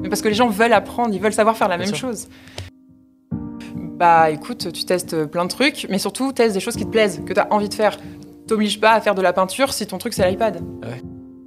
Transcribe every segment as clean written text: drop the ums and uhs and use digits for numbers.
Mais parce que les gens veulent apprendre, ils veulent savoir faire la même chose. Bah écoute, tu testes plein de trucs, mais surtout teste des choses qui te plaisent, que tu as envie de faire. T'obliges pas à faire de la peinture si ton truc c'est l'iPad. Ouais.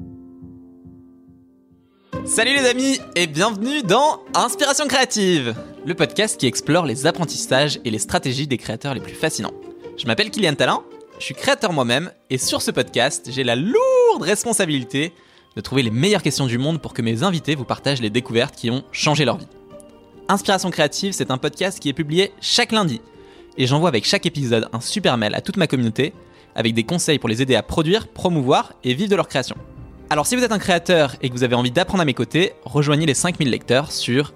Salut les amis et bienvenue dans Inspiration Créative, le podcast qui explore les apprentissages et les stratégies des créateurs les plus fascinants. Je m'appelle Kylian Talin, je suis créateur moi-même et sur ce podcast, j'ai la lourde responsabilité de trouver les meilleures questions du monde pour que mes invités vous partagent les découvertes qui ont changé leur vie. Inspiration Créative, c'est un podcast qui est publié chaque lundi et j'envoie avec chaque épisode un super mail à toute ma communauté avec des conseils pour les aider à produire, promouvoir et vivre de leur création. Alors si vous êtes un créateur et que vous avez envie d'apprendre à mes côtés, rejoignez les 5000 lecteurs sur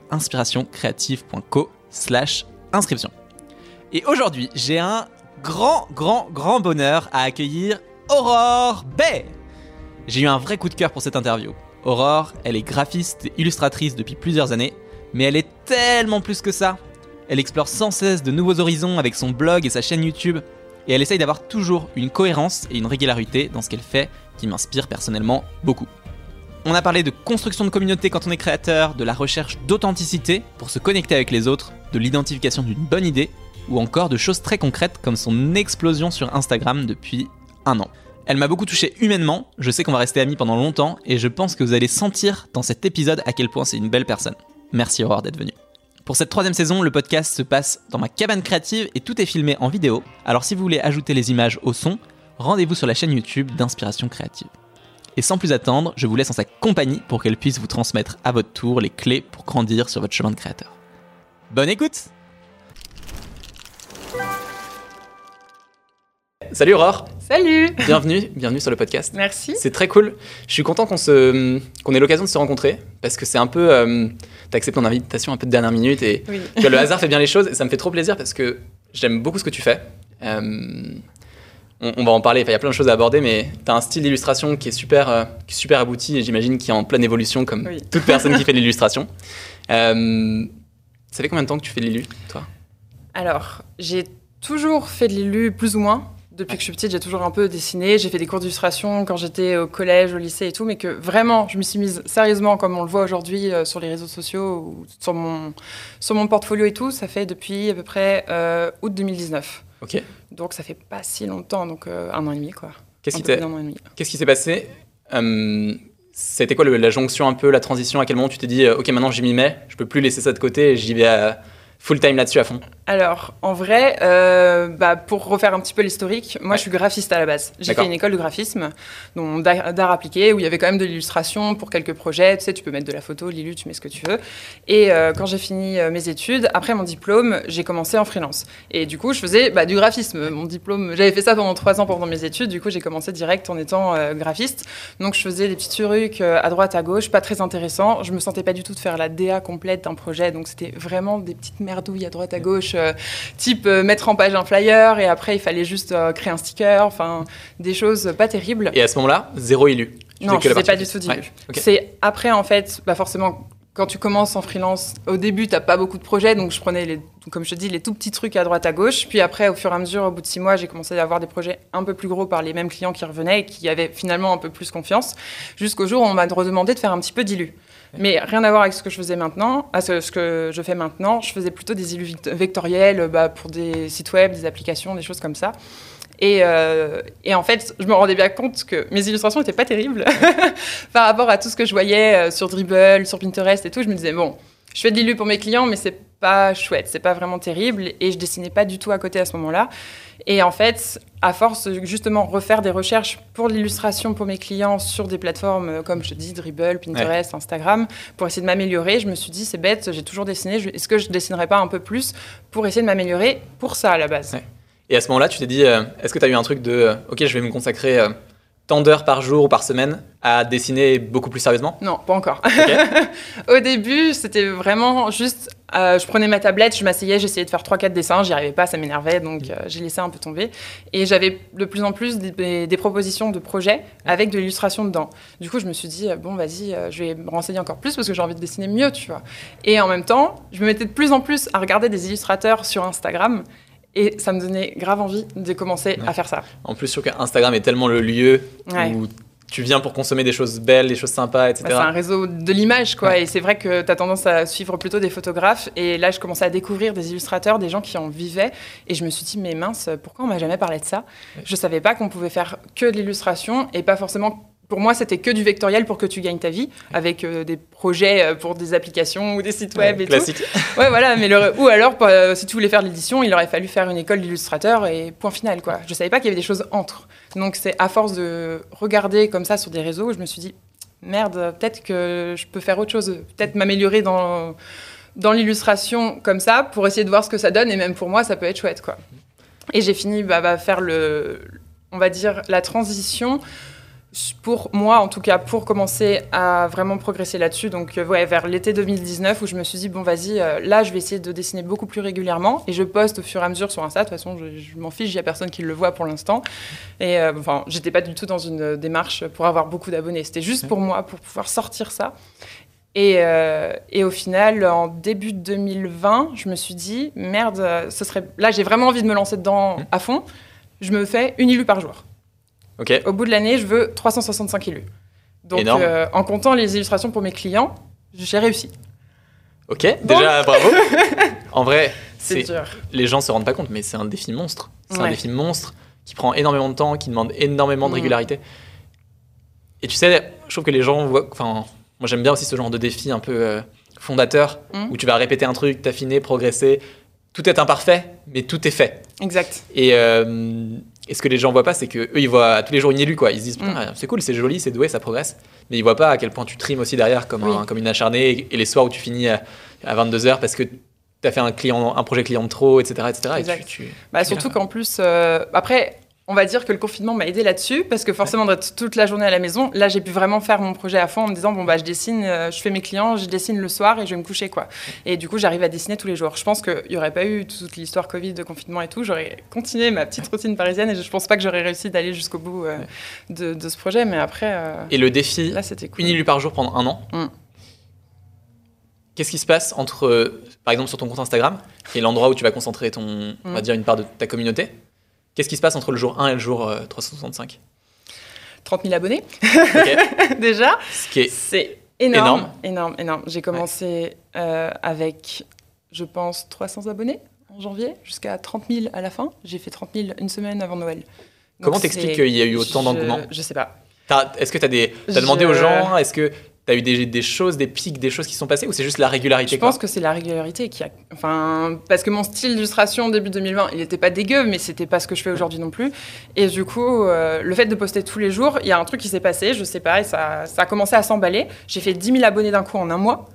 inspirationcreative.co/inscription. Et aujourd'hui, j'ai un grand bonheur à accueillir Aurore Bay. J'ai eu un vrai coup de cœur pour cette interview. Aurore, elle est graphiste et illustratrice depuis plusieurs années, mais elle est tellement plus que ça. Elle explore sans cesse de nouveaux horizons avec son blog et sa chaîne YouTube, et elle essaye d'avoir toujours une cohérence et une régularité dans ce qu'elle fait qui m'inspire personnellement beaucoup. On a parlé de construction de communauté quand on est créateur, de la recherche d'authenticité pour se connecter avec les autres, de l'identification d'une bonne idée, ou encore de choses très concrètes comme son explosion sur Instagram depuis 1 an. Elle m'a beaucoup touché humainement, je sais qu'on va rester amis pendant longtemps, et je pense que vous allez sentir dans cet épisode à quel point c'est une belle personne. Merci Aurore d'être venue. Pour cette 3e saison, le podcast se passe dans ma cabane créative et tout est filmé en vidéo. Alors si vous voulez ajouter les images au son, rendez-vous sur la chaîne YouTube d'Inspiration Créative. Et sans plus attendre, je vous laisse en sa compagnie pour qu'elle puisse vous transmettre à votre tour les clés pour grandir sur votre chemin de créateur. Bonne écoute! Salut Aurore! Salut! Bienvenue sur le podcast. Merci. C'est très cool. Je suis content qu'on ait l'occasion de se rencontrer parce que c'est un peu... t'as accepté mon invitation un peu de dernière minute et oui. Tu vois, le hasard fait bien les choses et ça me fait trop plaisir parce que j'aime beaucoup ce que tu fais. On va en parler, il y a plein de choses à aborder, mais tu as un style d'illustration qui est super abouti et j'imagine qui est en pleine évolution comme toute personne qui fait de l'illustration. Ça fait combien de temps que tu fais de l'illu, toi ? Alors, j'ai toujours fait de l'illu plus ou moins. Depuis que je suis petite, j'ai toujours un peu dessiné. J'ai fait des cours d'illustration quand j'étais au collège, au lycée et tout, mais que vraiment, je me suis mise sérieusement, comme on le voit aujourd'hui sur les réseaux sociaux ou sur mon portfolio et tout, ça fait depuis à peu près août 2019. Ok. Donc ça fait pas si longtemps, donc 1 an et demi quoi. Qu'est-ce qui s'est passé C'était quoi la jonction un peu, la transition? À quel moment tu t'es dit ok, maintenant je m'y mets, je peux plus laisser ça de côté et j'y vais full time là-dessus à fond? Alors, en vrai, pour refaire un petit peu l'historique, moi je suis graphiste à la base. J'ai fait une école de graphisme, donc d'art appliqué, où il y avait quand même de l'illustration pour quelques projets. Tu sais, tu peux mettre de la photo, l'illu, tu mets ce que tu veux. Et quand j'ai fini mes études, après mon diplôme, j'ai commencé en freelance. Et du coup, je faisais du graphisme. Mon diplôme, j'avais fait ça pendant 3 ans pendant mes études. Du coup, j'ai commencé direct en étant graphiste. Donc, je faisais des petits trucs à droite, à gauche, pas très intéressants. Je me sentais pas du tout de faire la DA complète d'un projet. Donc, c'était vraiment des petites merdouilles à droite, à gauche. Type mettre en page un flyer et après il fallait juste créer un sticker, enfin des choses pas terribles. Et à ce moment-là, zéro illu? Non, je faisais pas du tout d'illu. Okay. C'est après en fait, forcément, quand tu commences en freelance, au début t'as pas beaucoup de projets, donc je prenais comme je te dis, les tout petits trucs à droite à gauche. Puis après, au fur et à mesure, au bout de 6 mois, j'ai commencé à avoir des projets un peu plus gros par les mêmes clients qui revenaient et qui avaient finalement un peu plus confiance, jusqu'au jour où on m'a redemandé de faire un petit peu d'illu. Mais rien à voir avec ce que je faisais maintenant, ce que je fais maintenant. Je faisais plutôt des illus vectoriels pour des sites web, des applications, des choses comme ça. Et en fait, je me rendais bien compte que mes illustrations n'étaient pas terribles par rapport à tout ce que je voyais sur Dribbble, sur Pinterest et tout. Je me disais, bon, je fais de l'illu pour mes clients, mais c'est pas chouette, c'est pas vraiment terrible. Et je dessinais pas du tout à côté à ce moment-là. Et en fait, à force de justement refaire des recherches pour l'illustration pour mes clients sur des plateformes comme je te dis, Dribbble, Pinterest, Instagram, pour essayer de m'améliorer, je me suis dit, c'est bête, j'ai toujours dessiné, est-ce que je dessinerais pas un peu plus pour essayer de m'améliorer pour ça à la base? Et à ce moment-là, tu t'es dit, est-ce que tu as eu un truc de ok, je vais me consacrer tant d'heures par jour ou par semaine à dessiner beaucoup plus sérieusement? Non, pas encore. Okay. Au début, c'était vraiment juste... je prenais ma tablette, je m'asseyais, j'essayais de faire 3-4 dessins, j'y arrivais pas, ça m'énervait, donc j'ai laissé un peu tomber. Et j'avais de plus en plus des propositions de projets avec de l'illustration dedans. Du coup, je me suis dit, bon, vas-y, je vais me renseigner encore plus parce que j'ai envie de dessiner mieux, tu vois. Et en même temps, je me mettais de plus en plus à regarder des illustrateurs sur Instagram. Et ça me donnait grave envie de commencer à faire ça. En plus, je trouve qu'Instagram est tellement le lieu où tu viens pour consommer des choses belles, des choses sympas, etc. C'est un réseau de l'image, quoi. Et c'est vrai que tu as tendance à suivre plutôt des photographes. Et là, je commençais à découvrir des illustrateurs, des gens qui en vivaient. Et je me suis dit, mais mince, pourquoi on m'a jamais parlé de ça ? Je savais pas qu'on pouvait faire que de l'illustration et pas forcément... Pour moi, c'était que du vectoriel pour que tu gagnes ta vie, avec des projets pour des applications ou des sites web et classique. tout. Ouais, voilà. Ou alors, si tu voulais faire de l'édition, il aurait fallu faire une école d'illustrateur et point final, quoi. Je savais pas qu'il y avait des choses entre. Donc, c'est à force de regarder comme ça sur des réseaux, je me suis dit, merde, peut-être que je peux faire autre chose, peut-être m'améliorer dans l'illustration comme ça pour essayer de voir ce que ça donne. Et même pour moi, ça peut être chouette, quoi. Et j'ai fini faire on va dire, la transition. Pour moi, en tout cas, pour commencer à vraiment progresser là-dessus, donc vers l'été 2019, où je me suis dit, bon, vas-y, là, je vais essayer de dessiner beaucoup plus régulièrement, et je poste au fur et à mesure sur Insta. De toute façon, je m'en fiche, il n'y a personne qui le voit pour l'instant. Et j'étais pas du tout dans une démarche pour avoir beaucoup d'abonnés. C'était juste pour moi, pour pouvoir sortir ça. Et au final, en début 2020, je me suis dit, merde, là, j'ai vraiment envie de me lancer dedans à fond. Je me fais une illu par jour. Okay. Au bout de l'année, je veux 365 illus. Donc, en comptant les illustrations pour mes clients, j'ai réussi. Ok, déjà, bravo. En vrai, c'est dur. Les gens se rendent pas compte, mais c'est un défi monstre. C'est un défi monstre qui prend énormément de temps, qui demande énormément de régularité. Et tu sais, je trouve que les gens voient... Enfin, moi, j'aime bien aussi ce genre de défi un peu fondateur, où tu vas répéter un truc, t'affiner, progresser. Tout est imparfait, mais tout est fait. Exact. Et ce que les gens voient pas, c'est que eux, ils voient tous les jours une élue, quoi. Ils se disent, c'est cool, c'est joli, c'est doué, ça progresse. Mais ils voient pas à quel point tu trimes aussi derrière comme une acharnée. Et les soirs où tu finis à 22h parce que tu as fait un projet client de trop, etc. Exact. Et surtout qu'en plus, après, on va dire que le confinement m'a aidé là-dessus, parce que forcément, d'être toute la journée à la maison, là, j'ai pu vraiment faire mon projet à fond en me disant, je dessine, je fais mes clients, je dessine le soir et je vais me coucher, quoi. Et du coup, j'arrive à dessiner tous les jours. Je pense qu'il n'y aurait pas eu toute l'histoire Covid, de confinement et tout, j'aurais continué ma petite routine parisienne et je ne pense pas que j'aurais réussi d'aller jusqu'au bout de ce projet, mais après... Et le défi, là, c'était cool. Une illu par jour pendant 1 an. Qu'est-ce qui se passe entre, par exemple, sur ton compte Instagram, qui est l'endroit où tu vas concentrer on va dire, une part de ta communauté. Qu'est-ce qui se passe entre le jour 1 et le jour 365 ? 30 000 abonnés, okay. Déjà. C'est énorme. J'ai commencé avec, je pense, 300 abonnés en janvier, jusqu'à 30 000 à la fin. J'ai fait 30 000 une semaine avant Noël. Donc comment t'expliques qu'il y a eu autant d'engouement ? Je sais pas. Est-ce que t'as demandé aux gens ? Est-ce que t'as eu des choses, des pics, des choses qui sont passées, ou c'est juste la régularité ? Je pense que c'est la régularité qui a... parce que mon style d'illustration début 2020, il n'était pas dégueu, mais c'était pas ce que je fais aujourd'hui non plus. Et du coup, le fait de poster tous les jours, il y a un truc qui s'est passé, je sais pas, et ça a commencé à s'emballer. J'ai fait 10 000 abonnés d'un coup en un mois.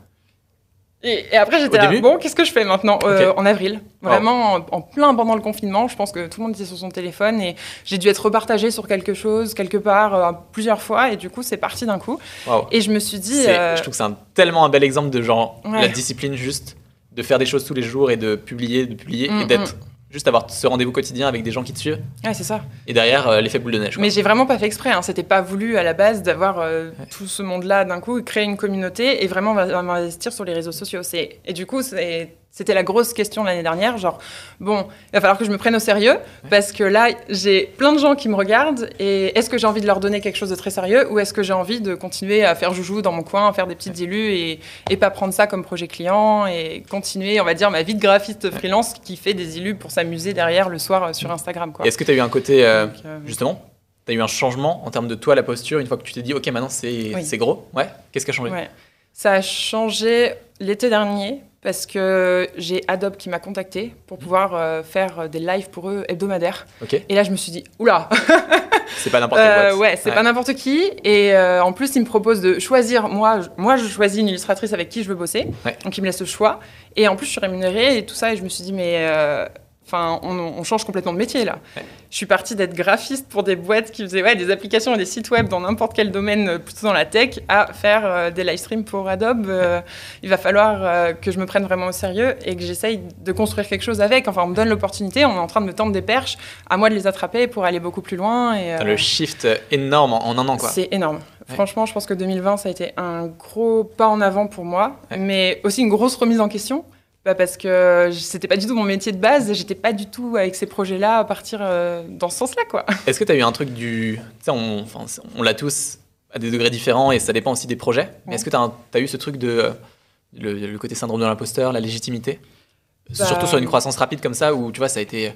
Et après, j'étais là, bon, qu'est-ce que je fais maintenant ? En avril, vraiment en plein pendant le confinement, je pense que tout le monde était sur son téléphone et j'ai dû être repartagée sur quelque chose, quelque part, plusieurs fois, et du coup, c'est parti d'un coup. Et je me suis dit... Je trouve que c'est tellement un bel exemple de la discipline juste, de faire des choses tous les jours et de publier et d'être... Juste avoir ce rendez-vous quotidien avec des gens qui te suivent. Ouais, c'est ça. Et derrière, l'effet boule de neige. Quoi. Mais j'ai vraiment pas fait exprès. C'était pas voulu à la base d'avoir tout ce monde-là d'un coup, créer une communauté et vraiment m'investir sur les réseaux sociaux. Et du coup, c'était la grosse question l'année dernière. Genre, bon, il va falloir que je me prenne au sérieux parce que là, j'ai plein de gens qui me regardent et est-ce que j'ai envie de leur donner quelque chose de très sérieux ou est-ce que j'ai envie de continuer à faire joujou dans mon coin, à faire des petites illus et pas prendre ça comme projet client et continuer, on va dire, ma vie de graphiste freelance qui fait des illus pour s'amuser derrière le soir sur Instagram, quoi. Est-ce que tu as eu un côté, justement, tu as eu un changement en termes de toi, la posture, une fois que tu t'es dit, ok, maintenant c'est gros ? Ouais. Qu'est-ce qui a changé ? Ça a changé l'été dernier parce que j'ai Adobe qui m'a contacté pour pouvoir faire des lives pour eux hebdomadaires. Et là, je me suis dit, oula. C'est pas n'importe quelle boîte. C'est pas n'importe qui. Et en plus, ils me proposent de choisir. Moi, je choisis une illustratrice avec qui je veux bosser. Donc, ils me laissent le choix. Et en plus, je suis rémunérée et tout ça. Et je me suis dit, mais... on change complètement de métier, là. Je suis partie d'être graphiste pour des boîtes qui faisaient des applications et des sites web dans n'importe quel domaine, plutôt dans la tech, à faire des live streams pour Adobe. Il va falloir que je me prenne vraiment au sérieux et que j'essaye de construire quelque chose avec. Enfin, on me donne l'opportunité, on est en train de me tendre des perches, à moi de les attraper pour aller beaucoup plus loin. Le shift énorme en 1 an, quoi. C'est énorme. Franchement, je pense que 2020, ça a été un gros pas en avant pour moi, mais aussi une grosse remise en question. Parce que c'était pas du tout mon métier de base, j'étais pas du tout avec ces projets-là à partir dans ce sens-là, quoi. Est-ce que tu as eu un truc du... Tu sais, on l'a tous à des degrés différents et ça dépend aussi des projets. Mais est-ce que tu as eu ce truc de le côté syndrome de l'imposteur, la légitimité, surtout sur une croissance rapide comme ça où tu vois ça a été...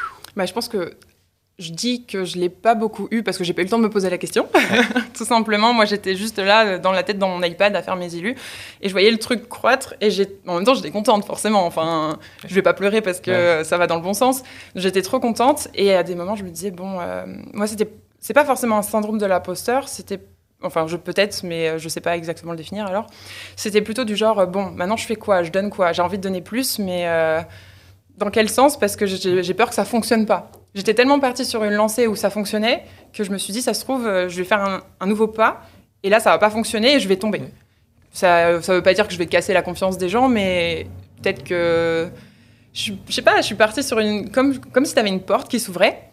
Je pense que je dis que je l'ai pas beaucoup eu parce que j'ai pas eu le temps de me poser la question. Tout simplement, moi j'étais juste là dans la tête dans mon iPad à faire mes élus et je voyais le truc croître et en même temps j'étais contente forcément. Enfin, je vais pas pleurer parce que ça va dans le bon sens. J'étais trop contente et à des moments je me disais moi c'est pas forcément un syndrome de l'imposteur, enfin, peut-être, mais je sais pas exactement le définir alors. C'était plutôt du genre, maintenant je fais quoi ? Je donne quoi ? J'ai envie de donner plus, mais dans quel sens ? Parce que j'ai peur que ça fonctionne pas. J'étais tellement partie sur une lancée où ça fonctionnait que je me suis dit, ça se trouve, je vais faire un nouveau pas, et là, ça va pas fonctionner et je vais tomber. Ça veut pas dire que je vais casser la confiance des gens, mais peut-être que... Je sais pas, je suis partie sur comme si t'avais une porte qui s'ouvrait,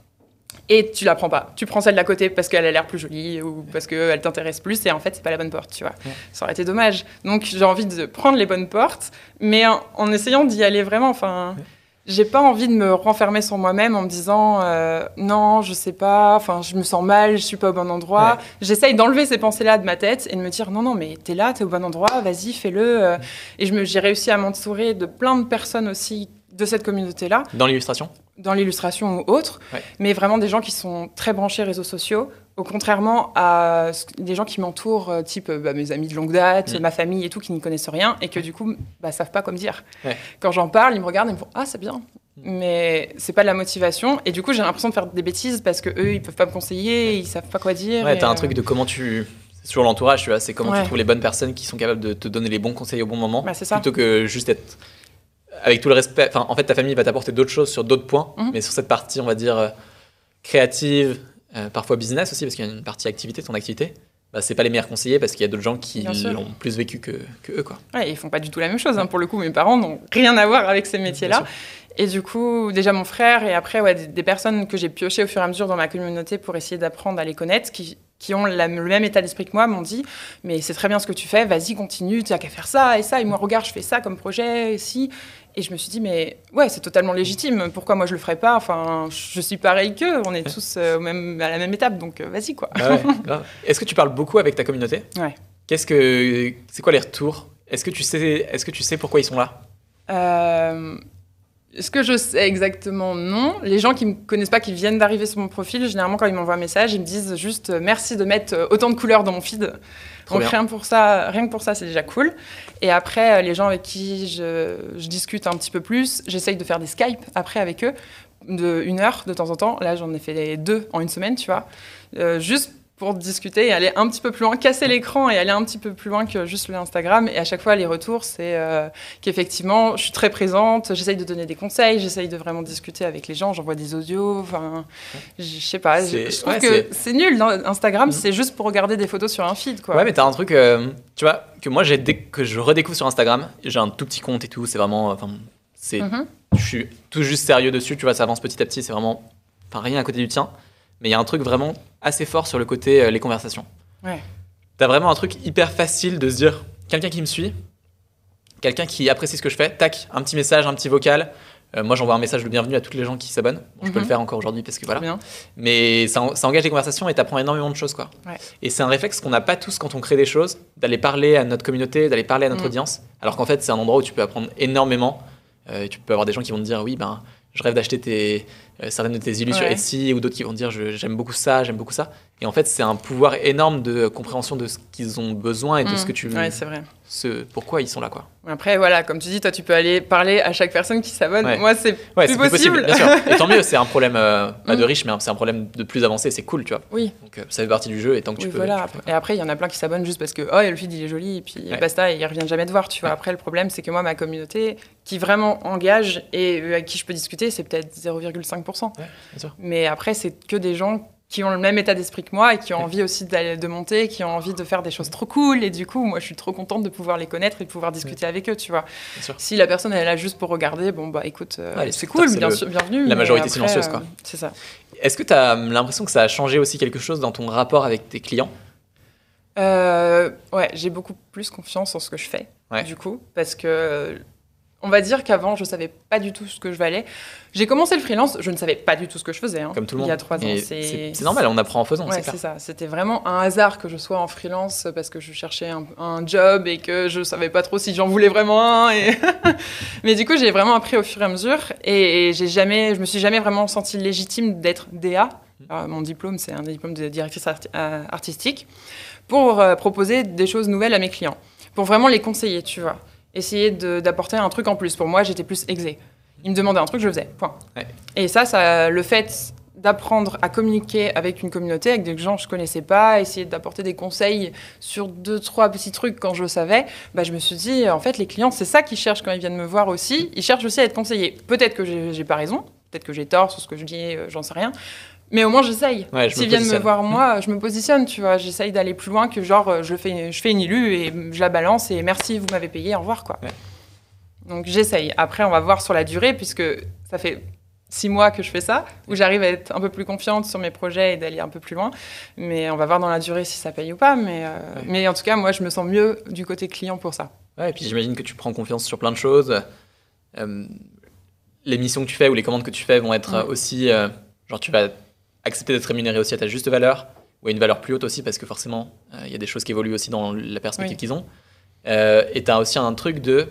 et tu la prends pas. Tu prends celle d'à côté parce qu'elle a l'air plus jolie ou parce qu'elle t'intéresse plus et en fait, c'est pas la bonne porte, tu vois. Ouais. Ça aurait été dommage. Donc, j'ai envie de prendre les bonnes portes, mais en essayant d'y aller vraiment. Enfin, j'ai pas envie de me renfermer sur moi-même en me disant non, je sais pas, enfin, je me sens mal, je suis pas au bon endroit. Ouais. J'essaye d'enlever ces pensées-là de ma tête et de me dire non, mais t'es là, t'es au bon endroit, vas-y, fais-le. Et j'ai réussi à m'entourer de plein de personnes aussi de cette communauté-là. Dans l'illustration ? Dans l'illustration ou autre, mais vraiment des gens qui sont très branchés réseaux sociaux, contrairement à des gens qui m'entourent, type mes amis de longue date, ma famille et tout, qui n'y connaissent rien et que du coup, savent pas quoi me dire. Ouais. Quand j'en parle, ils me regardent et me font « Ah, c'est bien !» Mais c'est pas de la motivation. Et du coup, j'ai l'impression de faire des bêtises parce qu'eux, ils peuvent pas me conseiller, ils savent pas quoi dire. Ouais, t'as un truc de comment tu... C'est toujours l'entourage, tu vois, c'est comment tu trouves les bonnes personnes qui sont capables de te donner les bons conseils au bon moment, plutôt que juste être... Avec tout le respect, en fait, ta famille va t'apporter d'autres choses sur d'autres points, mais sur cette partie, on va dire, créative, parfois business aussi, parce qu'il y a une partie activité, ton activité, c'est pas les meilleurs conseillers parce qu'il y a d'autres gens qui l'ont plus vécu que eux, quoi. Ouais, ils font pas du tout la même chose, pour le coup, mes parents n'ont rien à voir avec ces métiers-là. Et du coup, déjà mon frère et après, des personnes que j'ai piochées au fur et à mesure dans ma communauté pour essayer d'apprendre à les connaître, qui ont le même état d'esprit que moi, m'ont dit « Mais c'est très bien ce que tu fais, vas-y, continue, tu n'as qu'à faire ça et ça. Et moi, regarde, je fais ça comme projet, ici. » Et je me suis dit « Mais ouais, c'est totalement légitime. Pourquoi moi, je le ferais pas ? Enfin, je suis pareil qu'eux. On est tous à la même étape, donc vas-y, quoi. » Est-ce que tu parles beaucoup avec ta communauté ? Ouais. C'est quoi les retours ? Est-ce que tu sais pourquoi ils sont là ? Est-ce que je sais exactement ? Non. Les gens qui me connaissent pas, qui viennent d'arriver sur mon profil, généralement, quand ils m'envoient un message, ils me disent juste « Merci de mettre autant de couleurs dans mon feed ». Donc rien que pour ça, c'est déjà cool. Et après, les gens avec qui je discute un petit peu plus, j'essaye de faire des Skype après avec eux, de 1 heure de temps en temps. Là, j'en ai fait 2 en 1 semaine, tu vois. Juste pour discuter et aller un petit peu plus loin, casser l'écran et aller un petit peu plus loin que juste le Instagram. Et à chaque fois, les retours, c'est qu'effectivement, je suis très présente, j'essaye de donner des conseils, j'essaye de vraiment discuter avec les gens, j'envoie des audios, enfin, je sais pas, je trouve que c'est nul. Instagram, c'est juste pour regarder des photos sur un feed, quoi. Ouais, mais t'as un truc, tu vois, que moi, dès que je redécouvre sur Instagram, j'ai un tout petit compte et tout, c'est vraiment, je suis tout juste sérieux dessus, tu vois, ça avance petit à petit, c'est vraiment, rien à côté du tien. Mais il y a un truc vraiment assez fort sur le côté les conversations. Ouais. T'as vraiment un truc hyper facile de se dire, quelqu'un qui me suit, quelqu'un qui apprécie ce que je fais, tac, un petit message, un petit vocal. Moi, j'envoie un message de bienvenue à toutes les gens qui s'abonnent. Bon, je peux le faire encore aujourd'hui parce que voilà. Bien. Mais ça engage les conversations et t'apprends énormément de choses, quoi. Ouais. Et c'est un réflexe qu'on n'a pas tous quand on crée des choses, d'aller parler à notre communauté, d'aller parler à notre audience. Alors qu'en fait, c'est un endroit où tu peux apprendre énormément. Tu peux avoir des gens qui vont te dire, oui, je rêve d'acheter certaines de tes illus sur Etsy, ou d'autres qui vont dire j'aime beaucoup ça. Et en fait, c'est un pouvoir énorme de compréhension de ce qu'ils ont besoin et de ce que tu... Ouais, c'est vrai. Pourquoi ils sont là, quoi. Après, voilà, comme tu dis, toi, tu peux aller parler à chaque personne qui s'abonne. Ouais. Moi, c'est plus possible. Bien sûr. Et tant mieux, c'est un problème pas de riche, mais c'est un problème de plus avancé, c'est cool, tu vois. Oui. Donc, ça fait partie du jeu et tant que tu peux... Voilà. Et après, il y en a plein qui s'abonnent juste parce que le feed, il est joli, et puis basta, et ils reviennent jamais te voir, tu vois. Après, le problème, c'est que moi, ma communauté, qui vraiment engage et avec qui je peux discuter, c'est peut-être 0,5%. Ouais, bien sûr. Mais après, c'est que des gens qui ont le même état d'esprit que moi et qui ont envie aussi de monter, qui ont envie de faire des choses trop cool. Et du coup, moi, je suis trop contente de pouvoir les connaître et de pouvoir discuter avec eux, tu vois. Si la personne, elle est là juste pour regarder, écoute, c'est cool, bien sûr, bienvenue. La majorité silencieuse, quoi. C'est ça. Est-ce que tu as l'impression que ça a changé aussi quelque chose dans ton rapport avec tes clients ? Ouais, j'ai beaucoup plus confiance en ce que je fais, du coup, parce que On va dire qu'avant, je savais pas du tout ce que je valais. J'ai commencé le freelance, je ne savais pas du tout ce que je faisais. Comme tout le monde. Il y a 3 ans. C'est normal, on apprend en faisant. Ouais, c'est ça. C'était vraiment un hasard que je sois en freelance parce que je cherchais un job et que je savais pas trop si j'en voulais vraiment un. Mais du coup, j'ai vraiment appris au fur et à mesure et je me suis jamais vraiment sentie légitime d'être DA. Mon diplôme, c'est un diplôme de directrice artistique pour proposer des choses nouvelles à mes clients, pour vraiment les conseiller, tu vois. Essayer d'apporter un truc en plus. Pour moi, j'étais plus exé. Ils me demandaient un truc, je le faisais. Point. Ouais. Et ça, le fait d'apprendre à communiquer avec une communauté, avec des gens que je connaissais pas, essayer d'apporter des conseils sur 2-3 petits trucs quand je le savais, je me suis dit, en fait, les clients, c'est ça qu'ils cherchent quand ils viennent me voir aussi. Ils cherchent aussi à être conseillés. Peut-être que j'ai pas raison, peut-être que j'ai tort sur ce que je dis, j'en sais rien. Mais au moins, j'essaye. Ouais, S'ils viennent me voir, moi, je me positionne, tu vois. J'essaye d'aller plus loin que genre, je fais une illu et je la balance et merci, vous m'avez payé, au revoir, quoi. Ouais. Donc, j'essaye. Après, on va voir sur la durée, puisque ça fait 6 mois que je fais ça, où j'arrive à être un peu plus confiante sur mes projets et d'aller un peu plus loin. Mais on va voir dans la durée si ça paye ou pas. Mais en tout cas, moi, je me sens mieux du côté client pour ça. Ouais, et puis j'imagine que tu prends confiance sur plein de choses. Les missions que tu fais ou les commandes que tu fais vont être aussi... genre, tu vas accepter d'être rémunéré aussi à ta juste valeur, ou à une valeur plus haute aussi, parce que forcément, il y a des choses qui évoluent aussi dans la perspective qu'ils ont. Et tu as aussi un truc de...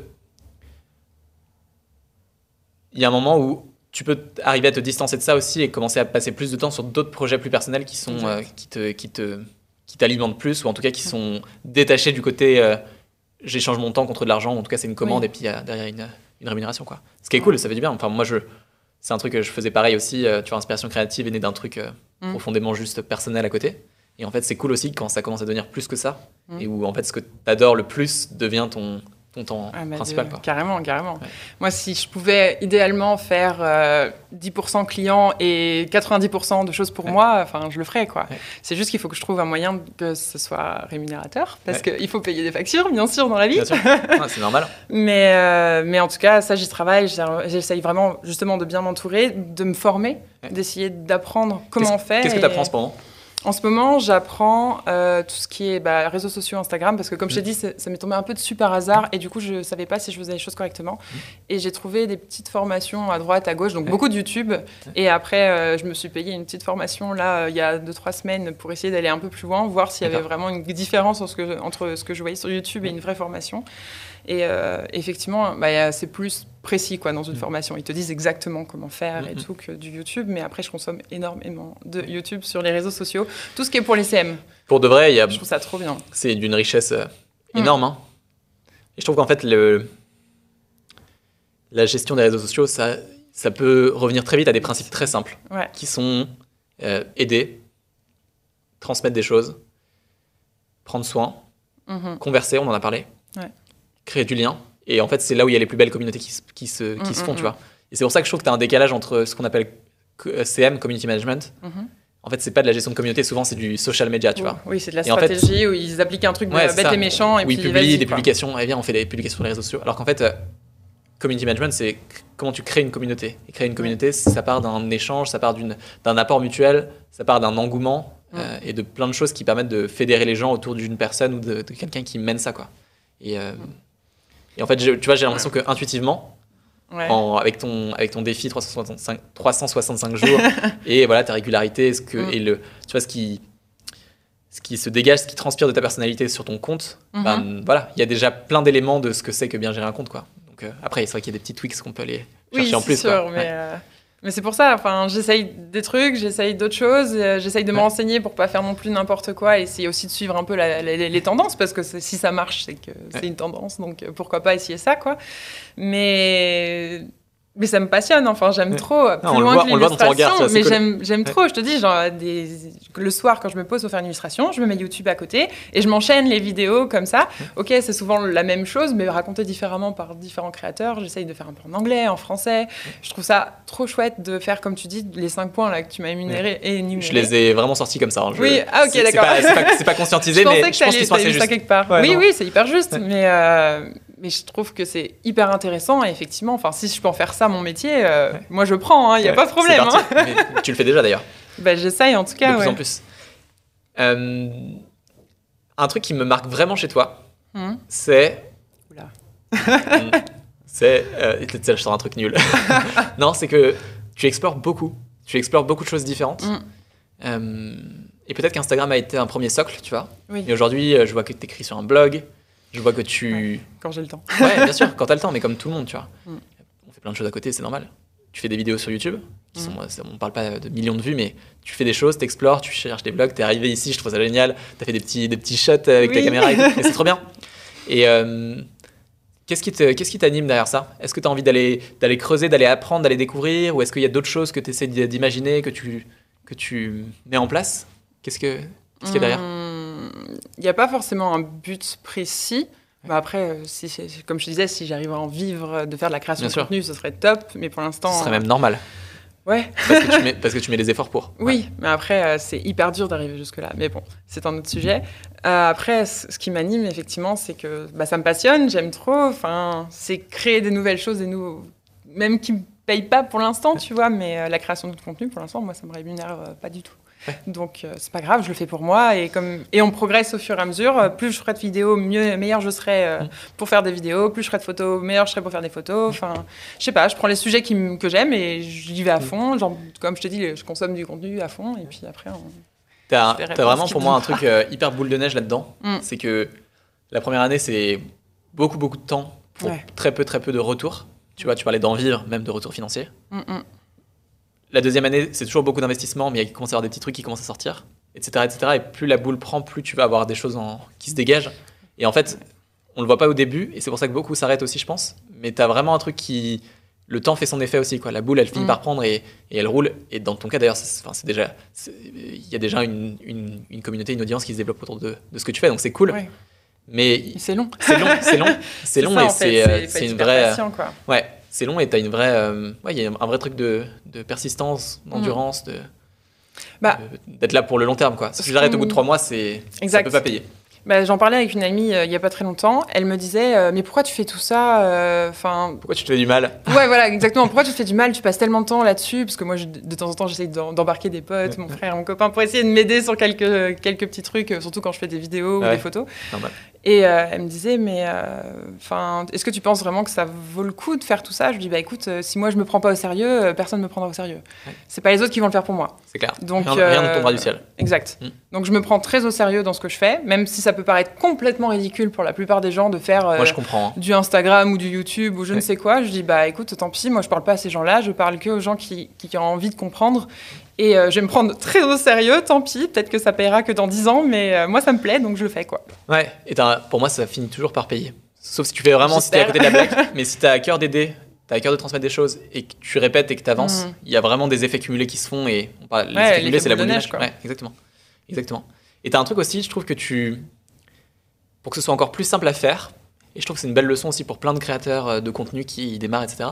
Il y a un moment où tu peux arriver à te distancer de ça aussi et commencer à passer plus de temps sur d'autres projets plus personnels qui sont qui t'alimentent plus, ou en tout cas qui sont détachés du côté j'échange mon temps contre de l'argent, ou en tout cas c'est une commande et puis il y a derrière une rémunération, quoi. Ce qui est cool, ça fait du bien. Enfin, moi, c'est un truc que je faisais pareil aussi. Tu vois, inspiration créative est née d'un truc profondément juste personnel à côté. Et en fait, c'est cool aussi quand ça commence à devenir plus que ça. Et où en fait, ce que t'adores le plus devient ton temps principal. Quoi. Carrément. Ouais. Moi, si je pouvais idéalement faire 10% clients et 90% de choses pour moi, je le ferais, quoi. Ouais. C'est juste qu'il faut que je trouve un moyen que ce soit rémunérateur, parce qu'il faut payer des factures, bien sûr, dans la vie. Bien sûr. C'est normal. Mais en tout cas, ça, j'y travaille. J'essaye vraiment, justement, de bien m'entourer, de me former, d'essayer d'apprendre comment faire. Qu'est-ce que tu apprends en ce moment ? En ce moment, j'apprends tout ce qui est réseaux sociaux, Instagram, parce que comme je t'ai dit, ça m'est tombé un peu dessus par hasard, et du coup, je ne savais pas si je faisais les choses correctement. Et j'ai trouvé des petites formations à droite, à gauche, donc beaucoup de YouTube. Et après, je me suis payé une petite formation, là, il y a 2-3 semaines, pour essayer d'aller un peu plus loin, voir s'il y avait vraiment une différence entre ce que je voyais sur YouTube et une vraie formation. Et effectivement, c'est plus précis, quoi, dans une formation. Ils te disent exactement comment faire et tout que du YouTube. Mais après, je consomme énormément de YouTube sur les réseaux sociaux. Tout ce qui est pour les CM. Pour de vrai, je trouve ça trop bien. C'est d'une richesse énorme. Hein. Et je trouve qu'en fait, la gestion des réseaux sociaux, ça peut revenir très vite à des principes très simples qui sont aider, transmettre des choses, prendre soin, converser, on en a parlé. Ouais. Créer du lien. Et en fait, c'est là où il y a les plus belles communautés qui se font, tu vois. Et c'est pour ça que je trouve que tu as un décalage entre ce qu'on appelle CM, Community Management. En fait, c'est pas de la gestion de communauté, souvent c'est du social media, tu vois. Oui, c'est de la stratégie où ils appliquent un truc bête et méchant. Et où ils publient des publications, et bien on fait des publications sur les réseaux sociaux. Alors qu'en fait, Community Management, c'est comment tu crées une communauté. Et créer une communauté, ça part d'un échange, ça part d'un apport mutuel, ça part d'un engouement et de plein de choses qui permettent de fédérer les gens autour d'une personne ou de quelqu'un qui mène ça, quoi. Et en fait, tu vois, j'ai l'impression que intuitivement, avec ton défi 365 jours et voilà ta régularité, et tu vois ce qui se dégage, ce qui transpire de ta personnalité sur ton compte, voilà, il y a déjà plein d'éléments de ce que c'est que bien gérer un compte, quoi. Donc après, c'est vrai qu'il y a des petits tweaks qu'on peut aller chercher en plus. Oui, c'est sûr, mais c'est pour ça, j'essaye des trucs, j'essaye d'autres choses, j'essaye de me renseigner pour pas faire non plus n'importe quoi, et essayer aussi de suivre un peu les tendances, parce que si ça marche, c'est que c'est une tendance, donc pourquoi pas essayer ça, quoi. Mais ça me passionne, j'aime trop, plus loin que l'illustration, mais cool. j'aime trop, je te dis, le soir quand je me pose pour faire une illustration, je me mets YouTube à côté et je m'enchaîne les vidéos comme ça. Ok, c'est souvent la même chose, mais racontée différemment par différents créateurs. J'essaye de faire un peu en anglais, en français. Je trouve ça trop chouette de faire, comme tu dis, les 5 points là que tu m'as énumérés. Je les ai vraiment sortis comme ça. Oui, ok, d'accord. C'est pas conscientisé, mais je pense qu'ils sont assez justes. Quelque part. Oui, c'est hyper juste, mais je trouve que c'est hyper intéressant et effectivement, si je peux en faire ça mon métier, moi je prends, il n'y a pas de problème. Mais tu le fais déjà d'ailleurs. J'essaye en tout cas. De plus en plus. Un truc qui me marque vraiment chez toi, c'est... Je sors un truc nul. Non, c'est que tu explores beaucoup. Tu explores beaucoup de choses différentes. Et peut-être qu'Instagram a été un premier socle, tu vois. Oui. Et aujourd'hui, je vois que tu écris sur un blog. Je vois que tu... Ouais, quand j'ai le temps. Ouais, bien sûr, quand t'as le temps, mais comme tout le monde, tu vois. On fait plein de choses à côté, c'est normal. Tu fais des vidéos sur YouTube, on parle pas de millions de vues, mais tu fais des choses, t'explores, tu cherches des blogs, t'es arrivé ici, je trouve ça génial. T'as fait des petits shots avec ta caméra et tout, et c'est trop bien. Et qu'est-ce qui t'anime derrière ça? Est-ce que t'as envie d'aller creuser, d'aller apprendre, d'aller découvrir, ou est-ce qu'il y a d'autres choses que tu essaies d'imaginer, que tu mets en place? Qu'est-ce qu'il y a derrière? Il n'y a pas forcément un but précis. Bah après, comme je te disais, si j'arrive à en vivre, de faire de la création de contenu, ce serait top. Mais pour l'instant... Ce serait même normal. Ouais. Parce que tu mets des efforts pour. Oui, mais après, c'est hyper dur d'arriver jusque-là. Mais bon, c'est un autre sujet. Après, ce qui m'anime, effectivement, c'est que ça me passionne, j'aime trop. Enfin, c'est créer des nouvelles choses, même qui ne me payent pas pour l'instant, tu vois. Mais la création de contenu, pour l'instant, moi, ça me rémunère pas du tout. Ouais. Donc, c'est pas grave, je le fais pour moi. Et on progresse au fur et à mesure. Plus je ferai de vidéos, meilleur je serai pour faire des vidéos. Plus je ferai de photos, meilleur je serai pour faire des photos. Enfin, je sais pas, je prends les sujets que j'aime et j'y vais à fond. Genre, comme je te dis, je consomme du contenu à fond. Et puis après, t'as vraiment pour moi un truc hyper boule de neige là-dedans. C'est que la première année, c'est beaucoup de temps pour très peu de retours. Tu vois, tu parlais d'en vivre, même de retours financiers. La deuxième année, c'est toujours beaucoup d'investissement, mais il commence à y avoir des petits trucs qui commencent à sortir, etc. Et plus la boule prend, plus tu vas avoir des choses qui se dégagent. Et en fait, on le voit pas au début, et c'est pour ça que beaucoup s'arrêtent aussi, je pense. Mais tu as vraiment un truc qui... Le temps fait son effet aussi, quoi. La boule, elle finit par prendre et elle roule. Et dans ton cas, d'ailleurs, il y a déjà une communauté, une audience qui se développe autour de ce que tu fais, donc c'est cool. Ouais. Mais c'est long. C'est long et c'est une vraie... Patient, quoi. Ouais. C'est long et t'as une vraie... il y a un vrai truc de persistance, d'endurance, d'être là pour le long terme, quoi. Si j'arrête au bout de 3 mois, ça peut pas payer. J'en parlais avec une amie il y a pas très longtemps. Elle me disait mais pourquoi tu fais tout ça pourquoi tu te fais du mal? Ouais, voilà, exactement. Pourquoi tu te fais du mal? Tu passes tellement de temps là-dessus. Parce que moi, de temps en temps, j'essaye d'embarquer des potes, mon frère, mon copain, pour essayer de m'aider sur quelques petits trucs, surtout quand je fais des vidéos ou des photos. Normal. Et elle me disait mais est-ce que tu penses vraiment que ça vaut le coup de faire tout ça? Je lui dis écoute, si moi je me prends pas au sérieux, personne me prendra au sérieux. C'est pas les autres qui vont le faire pour moi. C'est clair. Donc rien ne tombera du ciel. Exact. Donc je me prends très au sérieux dans ce que je fais, même si ça peut paraître complètement ridicule pour la plupart des gens de faire moi, je comprends, du Instagram ou du YouTube ou je ne sais quoi. Je dis écoute, tant pis, moi je parle pas à ces gens-là, je parle que aux gens qui ont envie de comprendre. Et je vais me prendre très au sérieux, tant pis, peut-être que ça paiera que dans 10 ans, mais moi ça me plaît, donc je le fais, quoi. Ouais, et pour moi ça finit toujours par payer. Sauf si tu fais vraiment, si t'es à côté de la blague, mais si t'as à cœur d'aider, t'as à cœur de transmettre des choses et que tu répètes et que t'avances, il y a vraiment des effets cumulés qui se font et les effets cumulés, c'est la boule de neige, quoi. Ouais, exactement. Et t'as un truc aussi, je trouve que pour que ce soit encore plus simple à faire, et je trouve que c'est une belle leçon aussi pour plein de créateurs de contenu qui démarrent, etc.,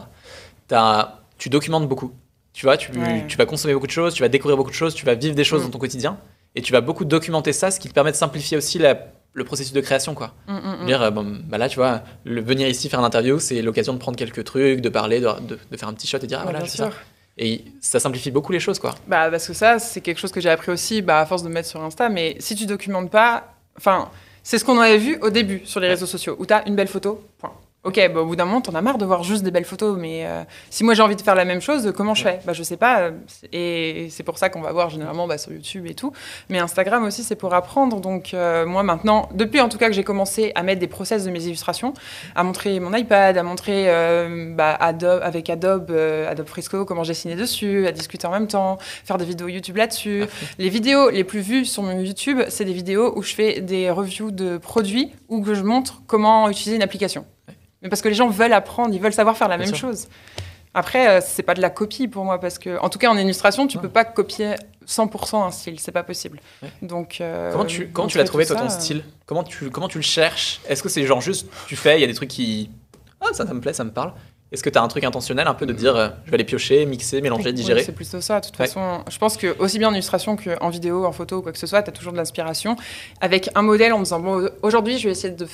tu documentes beaucoup. Tu vois, tu vas consommer beaucoup de choses, tu vas découvrir beaucoup de choses, tu vas vivre des choses dans ton quotidien, et tu vas beaucoup documenter ça, ce qui te permet de simplifier aussi le processus de création, quoi. Dire, là, tu vois, venir ici faire une interview, c'est l'occasion de prendre quelques trucs, de parler, de faire un petit shot et dire, voilà, je fais ça. Et ça simplifie beaucoup les choses, quoi. Parce que ça, c'est quelque chose que j'ai appris aussi, à force de mettre sur Insta, mais si tu documentes pas, c'est ce qu'on avait vu au début sur les réseaux sociaux, où tu as une belle photo, point. Ok, au bout d'un moment, t'en as marre de voir juste des belles photos, mais si moi j'ai envie de faire la même chose, comment je fais? Je sais pas, et c'est pour ça qu'on va voir généralement sur YouTube et tout, mais Instagram aussi c'est pour apprendre, donc moi maintenant, depuis en tout cas que j'ai commencé à mettre des process de mes illustrations, à montrer mon iPad, à montrer avec Adobe Fresco comment j'ai dessiné dessus, à discuter en même temps, faire des vidéos YouTube là-dessus. Les vidéos les plus vues sur mon YouTube, c'est des vidéos où je fais des reviews de produits, ou que je montre comment utiliser une application. Mais parce que les gens veulent apprendre, ils veulent savoir faire la même chose. Après, c'est pas de la copie pour moi, parce que, en tout cas, en illustration, tu peux pas copier 100% un style, c'est pas possible. Donc, comment tu l'as trouvé, toi, ton style? Comment tu le cherches? Est-ce que c'est genre juste, tu fais, il y a des trucs qui... ça me plaît, ça me parle. Est-ce que tu as un truc intentionnel, un peu de dire, je vais aller piocher, mixer, mélanger, digérer? C'est plutôt ça, de toute façon. Je pense que aussi bien en illustration qu'en vidéo, en photo, quoi que ce soit, tu as toujours de l'inspiration. Avec un modèle en me disant, aujourd'hui, je vais essayer de faire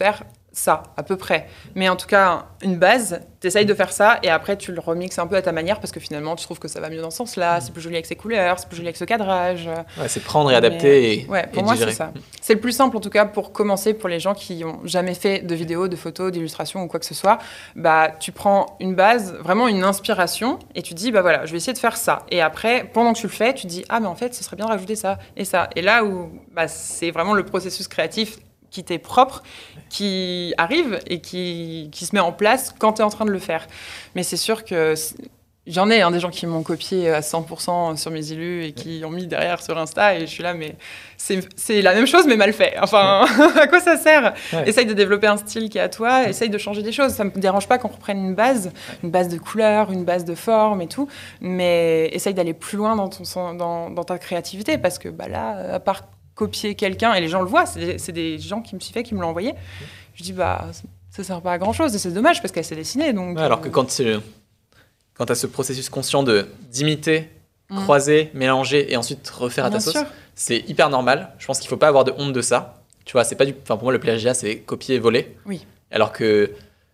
ça, à peu près. Mais en tout cas, une base, t'essayes de faire ça et après tu le remixes un peu à ta manière parce que finalement tu trouves que ça va mieux dans ce sens-là, c'est plus joli avec ces couleurs, c'est plus joli avec ce cadrage. Ouais, c'est prendre et adapter pour moi c'est ça. C'est le plus simple en tout cas pour commencer pour les gens qui n'ont jamais fait de vidéo, de photos, d'illustrations ou quoi que ce soit. Bah, tu prends une base, vraiment une inspiration et tu dis bah voilà, je vais essayer de faire ça. Et après, pendant que tu le fais, tu te dis ah mais en fait ce serait bien de rajouter ça et ça. Et là où bah, c'est vraiment le processus créatif qui t'est propre, qui arrive et qui se met en place quand tu es en train de le faire. Mais c'est sûr que j'en ai des gens qui m'ont copié à 100% sur mes illus et qui ont mis derrière sur Insta et je suis là, mais c'est la même chose mais mal fait. Enfin, à quoi ça sert ? Essaye de développer un style qui est à toi, essaye de changer des choses. Ça me dérange pas qu'on reprenne une base de couleurs, une base de forme et tout, mais essaye d'aller plus loin dans ta créativité parce que bah là, à part copier quelqu'un, et les gens le voient, c'est des gens qui me suivaient, qui me l'ont envoyé. Je dis, bah, ça sert pas à grand-chose, et c'est dommage, parce qu'elle s'est dessinée, donc... Ouais, alors que quand tu as ce processus conscient d'imiter, croiser, mélanger, et ensuite refaire à ta sauce, c'est hyper normal. Je pense qu'il faut pas avoir de honte de ça. Tu vois, c'est pas Enfin, pour moi, le plagiat, c'est copier et voler. Oui. Alors que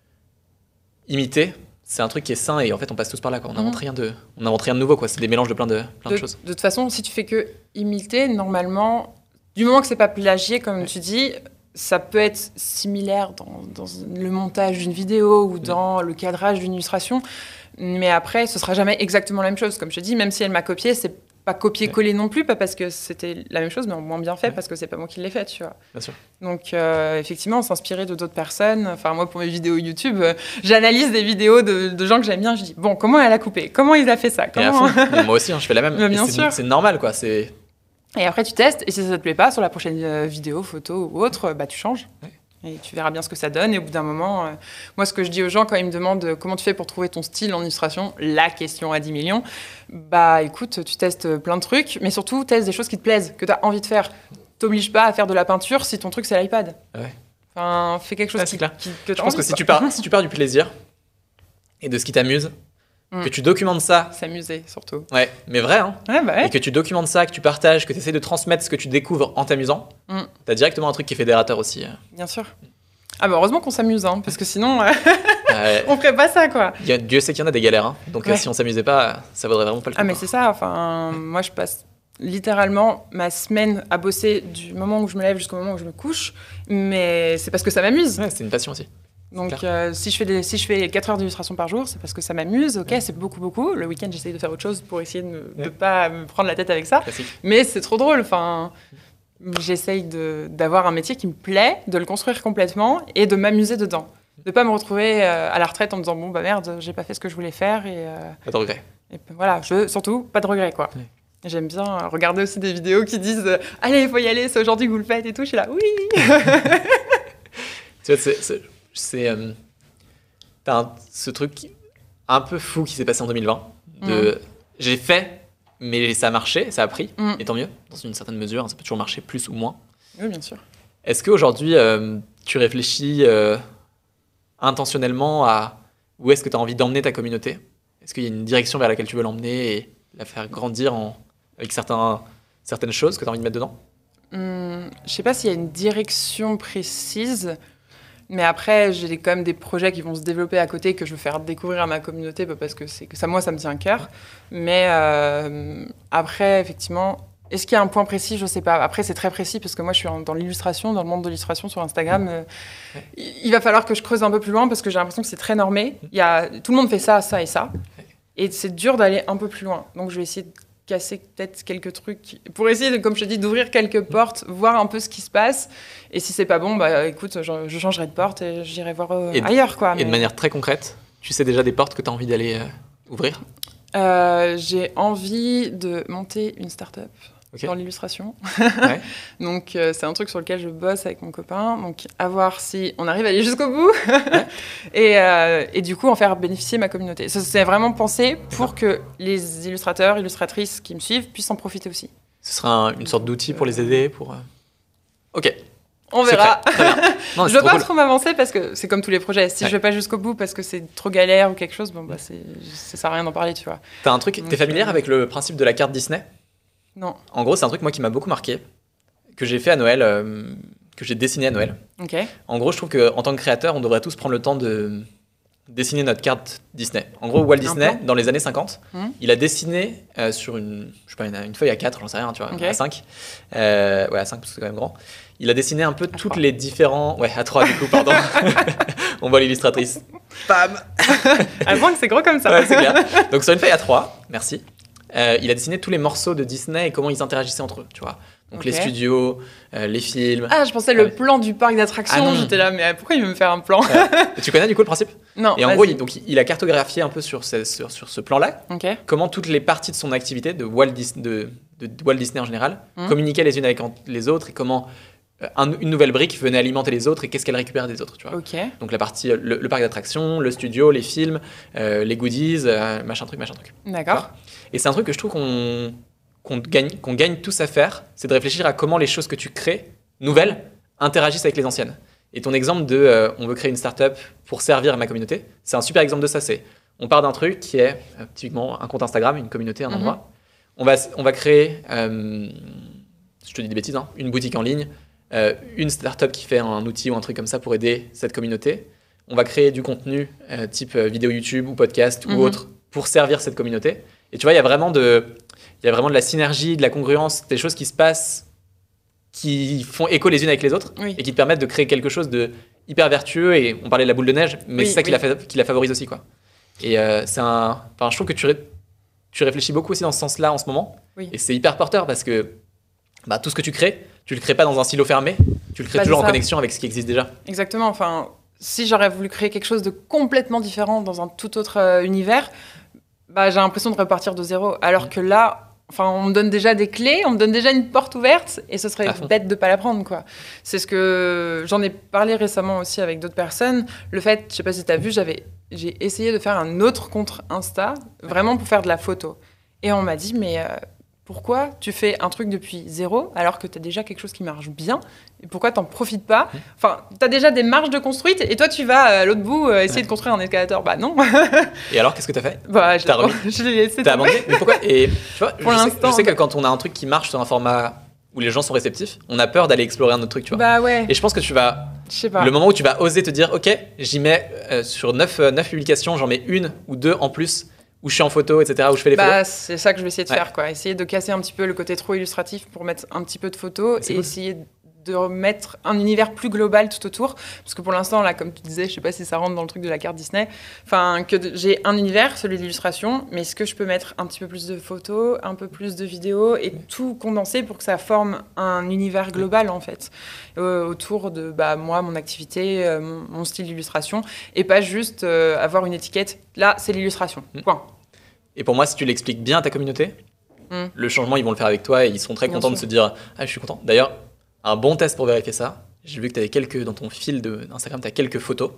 imiter, c'est un truc qui est sain, et en fait, on passe tous par là, quoi. On n'invente rien de nouveau, quoi. C'est des mélanges de plein de choses. De toute façon, si tu fais que imiter, normalement... Du moment que c'est pas plagié, comme tu dis, ça peut être similaire dans le montage d'une vidéo ou dans le cadrage d'une illustration, mais après, ce sera jamais exactement la même chose. Comme je te dis, même si elle m'a copié, c'est pas copier-coller non plus, pas parce que c'était la même chose, mais moins bien fait, parce que c'est pas moi qui l'ai fait, tu vois. Bien sûr. Donc, effectivement, s'inspirer de d'autres personnes. Enfin, moi, pour mes vidéos YouTube, j'analyse des vidéos de gens que j'aime bien. Je dis, bon, comment elle a coupé ? Comment il a fait ça ? Moi aussi, je fais la même. Bien sûr. C'est normal, quoi. Et après, tu testes, et si ça te plaît pas, sur la prochaine vidéo, photo ou autre, bah, tu changes. Ouais. Et tu verras bien ce que ça donne. Et au bout d'un moment, moi, ce que je dis aux gens quand ils me demandent comment tu fais pour trouver ton style en illustration, la question à 10 millions, bah écoute, tu testes plein de trucs, mais surtout, teste des choses qui te plaisent, que tu as envie de faire. T'obliges pas à faire de la peinture si ton truc, c'est l'iPad. Ouais. Enfin, fais quelque chose que je pense que si tu pars du plaisir et de ce qui t'amuse, que tu documentes ça. S'amuser, surtout. Ouais, mais vrai, hein. Ouais. Et que tu documentes ça, que tu partages, que tu essaies de transmettre ce que tu découvres en t'amusant. T'as directement un truc qui est fédérateur aussi. Bien sûr. Ah bah heureusement qu'on s'amuse, hein, parce que sinon, on ferait pas ça, quoi. Dieu sait qu'il y en a des galères, hein. Donc si on s'amusait pas, ça vaudrait vraiment pas le coup. Ah mais c'est ça, enfin, moi je passe littéralement ma semaine à bosser du moment où je me lève jusqu'au moment où je me couche, mais c'est parce que ça m'amuse. Ouais, c'est une passion aussi. Donc si je fais 4 heures d'illustration par jour, c'est parce que ça m'amuse, ok, c'est beaucoup. Le week-end, j'essaye de faire autre chose pour essayer de ne pas me prendre la tête avec ça. Classique. Mais c'est trop drôle, enfin, j'essaye d'avoir un métier qui me plaît, de le construire complètement et de m'amuser dedans. De pas me retrouver à la retraite en me disant bon bah merde, j'ai pas fait ce que je voulais faire et pas de regret. Et voilà, surtout pas de regret, quoi. Ouais. J'aime bien regarder aussi des vidéos qui disent allez, il faut y aller, c'est aujourd'hui que vous le faites et tout. Je suis là, oui. Tu vois, t'as ce truc un peu fou qui s'est passé en 2020. J'ai fait, mais ça a marché, ça a pris, et tant mieux, dans une certaine mesure. Hein, ça peut toujours marcher plus ou moins. Oui, bien sûr. Est-ce qu'aujourd'hui, tu réfléchis intentionnellement à où est-ce que tu as envie d'emmener ta communauté ? Est-ce qu'il y a une direction vers laquelle tu veux l'emmener et la faire grandir avec certaines choses que tu as envie de mettre dedans ? Je sais pas s'il y a une direction précise, mais après, j'ai quand même des projets qui vont se développer à côté que je veux faire découvrir à ma communauté parce que moi, ça me tient à cœur. Mais après, effectivement, est-ce qu'il y a un point précis ? Je sais pas. Après, c'est très précis parce que moi, je suis dans l'illustration, dans le monde de l'illustration sur Instagram. Il va falloir que je creuse un peu plus loin parce que j'ai l'impression que c'est très normé. Tout le monde fait ça, ça et ça. Et c'est dur d'aller un peu plus loin. Donc, je vais essayer de casser peut-être quelques trucs pour essayer, comme je te dis, d'ouvrir quelques portes, voir un peu ce qui se passe. Et si c'est pas bon, bah écoute, je changerai de porte et j'irai voir ailleurs, quoi. Et de manière très concrète, tu sais déjà des portes que tu as envie d'aller ouvrir ? J'ai envie de monter une start-up. Dans l'illustration. Ouais. Donc, c'est un truc sur lequel je bosse avec mon copain. Donc, à voir si on arrive à aller jusqu'au bout. et du coup, en faire bénéficier ma communauté. Ça, c'est vraiment pensé pour que les illustrateurs, illustratrices qui me suivent puissent en profiter aussi. Ce sera une sorte d'outil pour les aider Ok. On verra. Non, je ne veux pas trop m'avancer parce que c'est comme tous les projets. Si je ne vais pas jusqu'au bout parce que c'est trop galère ou quelque chose, bon, bah, ça ne sert à rien d'en parler, tu vois. T'as un truc, t'es familière avec le principe de la carte Disney ? Non. En gros, c'est un truc, moi, qui m'a beaucoup marqué, que j'ai fait à Noël, que j'ai dessiné à Noël. Ok. En gros, je trouve qu'en tant que créateur, on devrait tous prendre le temps de dessiner notre carte Disney. En gros, Walt Disney, dans les années 50, il a dessiné sur une feuille A4, j'en sais rien, tu vois, A5. Ouais, A5 parce que c'est quand même grand. Il a dessiné un peu toutes les différents... Ouais, A3 du coup, pardon. On voit l'illustratrice. Bam. À point que c'est gros comme ça. Ouais, c'est clair. Donc sur une feuille A3, merci. Il a dessiné tous les morceaux de Disney et comment ils interagissaient entre eux, tu vois. Donc les studios, les films. Ah, je pensais le plan du parc d'attractions. J'étais là, mais pourquoi il veut me faire un plan? Tu connais du coup le principe? Non. Et en gros, il a cartographié un peu sur ce plan-là comment toutes les parties de son activité de Walt Disney en général communiquaient les unes avec les autres et comment une nouvelle brique venait alimenter les autres et qu'est-ce qu'elle récupère des autres, tu vois. Donc la partie, le parc d'attractions, le studio, les films, les goodies, machin truc. D'accord. Et c'est un truc que je trouve qu'on gagne tous à faire, c'est de réfléchir à comment les choses que tu crées, nouvelles, interagissent avec les anciennes. Et ton exemple de on veut créer une startup pour servir à ma communauté, c'est un super exemple de ça. On part d'un truc qui est typiquement un compte Instagram, une communauté, un endroit. On va créer, je te dis des bêtises, une boutique en ligne, une startup qui fait un outil ou un truc comme ça pour aider cette communauté. On va créer du contenu type vidéo YouTube ou podcast ou autre pour servir cette communauté. Et tu vois, il y a vraiment de la synergie, de la congruence, des choses qui se passent, qui font écho les unes avec les autres et qui te permettent de créer quelque chose de hyper vertueux. Et on parlait de la boule de neige, mais c'est ça qui la favorise aussi, quoi. Et je trouve que tu réfléchis beaucoup aussi dans ce sens-là en ce moment. Et c'est hyper porteur parce que tout ce que tu le crées pas dans un silo fermé, tu le crées toujours en connexion avec ce qui existe déjà. Exactement. Enfin, si j'aurais voulu créer quelque chose de complètement différent dans un tout autre univers, j'ai l'impression de repartir de zéro. Alors que là, on me donne déjà des clés, on me donne déjà une porte ouverte, et ce serait bête de pas la prendre, quoi. C'est ce que j'en ai parlé récemment aussi avec d'autres personnes. Le fait, je sais pas si tu as vu, j'ai essayé de faire un autre compte Insta, vraiment pour faire de la photo. Et on m'a dit, mais pourquoi tu fais un truc depuis zéro alors que tu as déjà quelque chose qui marche bien? Et pourquoi t'en profites pas? Enfin, tu as déjà des marges de construite et toi tu vas à l'autre bout essayer de construire un escalator. Bah non. Et alors, qu'est-ce que tu as fait? Je l'ai laissé. T'as abandonné? Mais pourquoi? Et tu vois, je sais que quand on a un truc qui marche sur un format où les gens sont réceptifs, on a peur d'aller explorer un autre truc, tu vois. Bah ouais. Et je pense que tu vas... Je sais pas. Le moment où tu vas oser te dire, ok, j'y mets sur 9 publications, j'en mets une ou deux en plus où je suis en photo, etc., où je fais les photos. C'est ça que je vais essayer de faire, quoi. Essayer de casser un petit peu le côté trop illustratif pour mettre un petit peu de photos et essayer de remettre un univers plus global tout autour. Parce que pour l'instant, là, comme tu disais, je sais pas si ça rentre dans le truc de la carte Disney, j'ai un univers, celui de l'illustration, mais est-ce que je peux mettre un petit peu plus de photos, un peu plus de vidéos et tout condenser pour que ça forme un univers global, en fait, autour de moi, mon activité, mon style d'illustration, et pas juste avoir une étiquette. Là, c'est l'illustration. Point. Et pour moi, si tu l'expliques bien à ta communauté, le changement, ils vont le faire avec toi et ils sont très contents de se dire « Ah, je suis content ». D'ailleurs, un bon test pour vérifier ça, j'ai vu que tu avais dans ton fil d'Instagram, tu as quelques photos.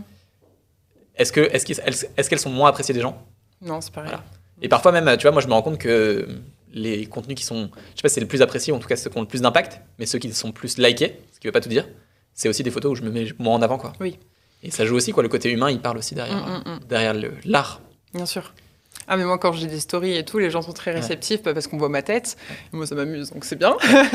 Est-ce qu'elles sont moins appréciées des gens? Non, c'est pareil. Voilà. Et parfois même, tu vois, moi je me rends compte que les contenus qui sont, je sais pas si c'est le plus apprécié, ou en tout cas ceux qui ont le plus d'impact, mais ceux qui sont plus likés, ce qui veut pas tout dire, c'est aussi des photos où je me mets moi en avant, quoi. Oui. Et ça joue aussi, quoi, le côté humain, il parle aussi derrière l'art. Bien sûr. Ah, mais moi, quand j'ai des stories et tout, les gens sont très réceptifs parce qu'on voit ma tête. Et moi, ça m'amuse, donc c'est bien.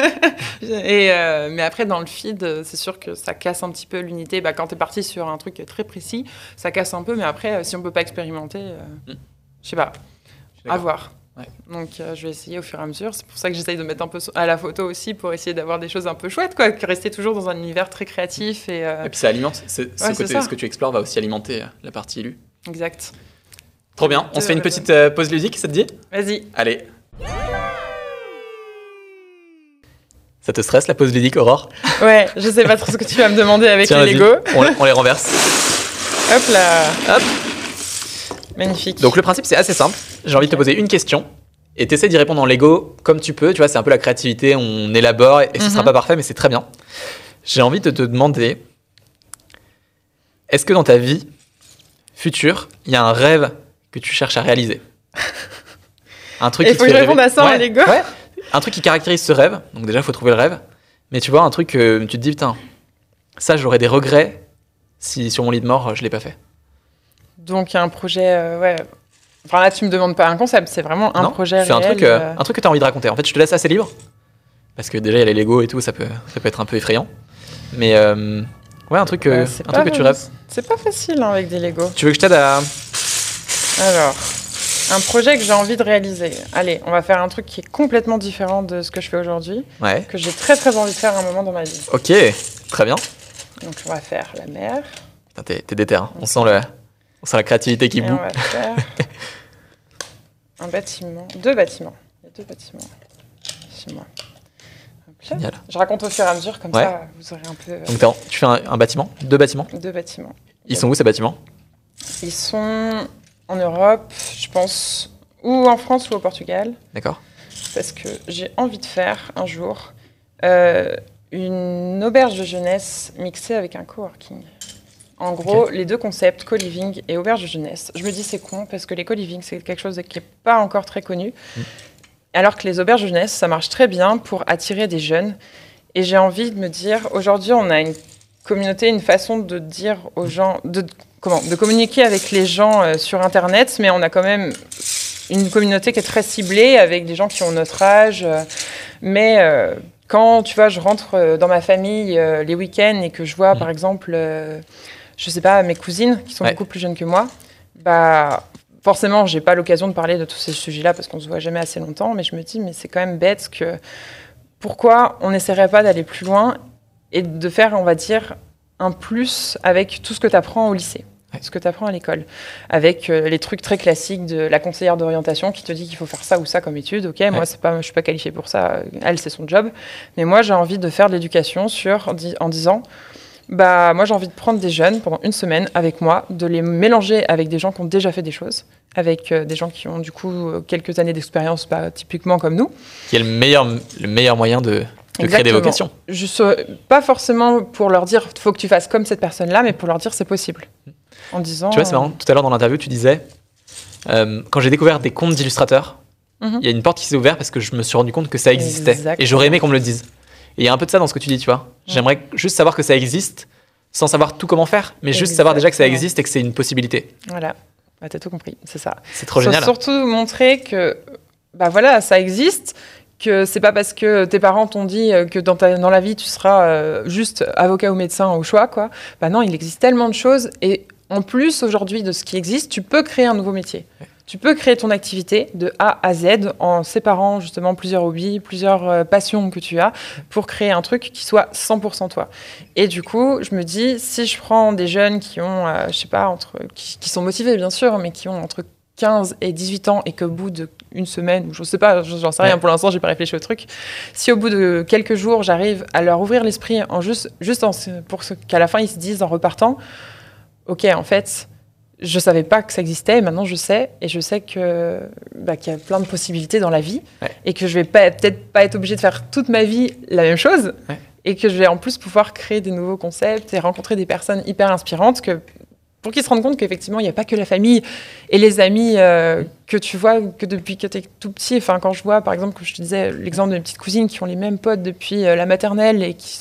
Mais après, dans le feed, c'est sûr que ça casse un petit peu l'unité. Quand t'es parti sur un truc très précis, ça casse un peu. Mais après, si on peut pas expérimenter, je sais pas, à voir. Ouais. Donc, je vais essayer au fur et à mesure. C'est pour ça que j'essaye de mettre un peu à la photo aussi pour essayer d'avoir des choses un peu chouettes, quoi. Rester toujours dans un univers très créatif. Et puis, ça alimente. Ce que tu explores va aussi alimenter la partie élue. Exact. Trop bien. On se fait une petite pause ludique, ça te dit? Vas-y. Allez. Ça te stresse la pause ludique, Aurore? Ouais, je sais pas trop ce que tu vas me demander avec les Lego. On les renverse. Hop là. Hop. Magnifique. Donc le principe, c'est assez simple. J'ai envie de te poser une question et t'essaies d'y répondre en Lego comme tu peux. Tu vois, c'est un peu la créativité, on élabore et ce sera pas parfait, mais c'est très bien. J'ai envie de te demander, est-ce que dans ta vie future, il y a un rêve que tu cherches à réaliser? Un truc il faut que je réponde à ça en Lego. Ouais. Un truc qui caractérise ce rêve. Donc déjà, il faut trouver le rêve. Mais tu vois, un truc que tu te dis, putain, ça, j'aurais des regrets si sur mon lit de mort, je l'ai pas fait. Donc, il y a un projet, ouais. Enfin, là, tu me demandes pas un concept, c'est vraiment un projet réel. C'est un truc que tu as envie de raconter. En fait, je te laisse assez libre. Parce que déjà, il y a les Lego et tout, ça peut être un peu effrayant. Mais ouais, un truc que tu rêves. C'est pas facile hein, avec des Lego. Tu veux que je t'aide à... Alors, un projet que j'ai envie de réaliser. Allez, on va faire un truc qui est complètement différent de ce que je fais aujourd'hui. Ouais. Que j'ai très très envie de faire à un moment dans ma vie. Ok, très bien. Donc on va faire la mer. Putain, t'es déter, hein. On sent la créativité qui bout. On va faire un bâtiment. 2 bâtiments. Il y a 2 bâtiments chez moi. Génial. Je raconte au fur et à mesure, comme ça vous aurez un peu... Donc tu fais un bâtiment, 2 bâtiments. 2 bâtiments. Ils sont où ces bâtiments? Ils sont en Europe, je pense, ou en France ou au Portugal. D'accord. Parce que j'ai envie de faire un jour une auberge de jeunesse mixée avec un coworking. En gros, les 2 concepts, co-living et auberge de jeunesse. Je me dis c'est con parce que les co-living, c'est quelque chose qui n'est pas encore très connu. Alors que les auberges de jeunesse, ça marche très bien pour attirer des jeunes. Et j'ai envie de me dire, aujourd'hui, on a une communauté, une façon de dire aux gens, de communiquer avec les gens sur Internet, mais on a quand même une communauté qui est très ciblée, avec des gens qui ont notre âge. Quand, tu vois, je rentre dans ma famille les week-ends et que je vois, par exemple, je sais pas, mes cousines, qui sont beaucoup plus jeunes que moi, bah... Forcément, j'ai pas l'occasion de parler de tous ces sujets-là parce qu'on se voit jamais assez longtemps, mais je me dis, mais c'est quand même bête que pourquoi on n'essaierait pas d'aller plus loin et de faire, on va dire, un plus avec tout ce que tu apprends au lycée, ce que tu apprends à l'école, avec les trucs très classiques de la conseillère d'orientation qui te dit qu'il faut faire ça ou ça comme étude. Ok, moi je suis pas qualifiée pour ça, elle c'est son job, mais moi j'ai envie de faire de l'éducation en disant. Bah, moi, j'ai envie de prendre des jeunes pendant 1 semaine avec moi, de les mélanger avec des gens qui ont déjà fait des choses, avec des gens qui ont du coup quelques années d'expérience, typiquement comme nous. Qui est le meilleur moyen de créer des vocations. Pas forcément pour leur dire « faut que tu fasses comme cette personne-là », mais pour leur dire « c'est possible ». En disant... Tu vois, c'est marrant. Tout à l'heure, dans l'interview, tu disais quand j'ai découvert des comptes d'illustrateurs, il y a une porte qui s'est ouverte parce que je me suis rendu compte que ça existait. Exactement. Et j'aurais aimé qu'on me le dise. Et il y a un peu de ça dans ce que tu dis, tu vois. J'aimerais juste savoir que ça existe, sans savoir tout comment faire, mais juste savoir déjà que ça existe et que c'est une possibilité. Voilà, t'as tout compris, c'est ça. C'est trop génial. Surtout montrer que, voilà, ça existe, que c'est pas parce que tes parents t'ont dit que dans la vie tu seras juste avocat ou médecin au choix, quoi. Bah non, il existe tellement de choses et en plus aujourd'hui de ce qui existe, tu peux créer un nouveau métier. Tu peux créer ton activité de A à Z en séparant justement plusieurs hobbies, plusieurs passions que tu as pour créer un truc qui soit 100% toi. Et du coup, je me dis, si je prends des jeunes qui ont, je sais pas, qui sont motivés bien sûr, mais qui ont entre 15 et 18 ans et qu'au bout d'une semaine, je sais pas, j'en sais rien pour l'instant, j'ai pas réfléchi au truc. Si au bout de quelques jours, j'arrive à leur ouvrir l'esprit pour qu'à la fin ils se disent en repartant, ok, en fait, je savais pas que ça existait, et maintenant je sais, et je sais qu'il y a plein de possibilités dans la vie, et que je vais peut-être pas être obligée de faire toute ma vie la même chose, et que je vais en plus pouvoir créer des nouveaux concepts et rencontrer des personnes hyper inspirantes pour qu'ils se rendent compte qu'effectivement, il n'y a pas que la famille et les amis que tu vois que depuis que tu es tout petit. Enfin, quand je vois, par exemple, que je te disais l'exemple de mes petites cousines qui ont les mêmes potes depuis la maternelle et qui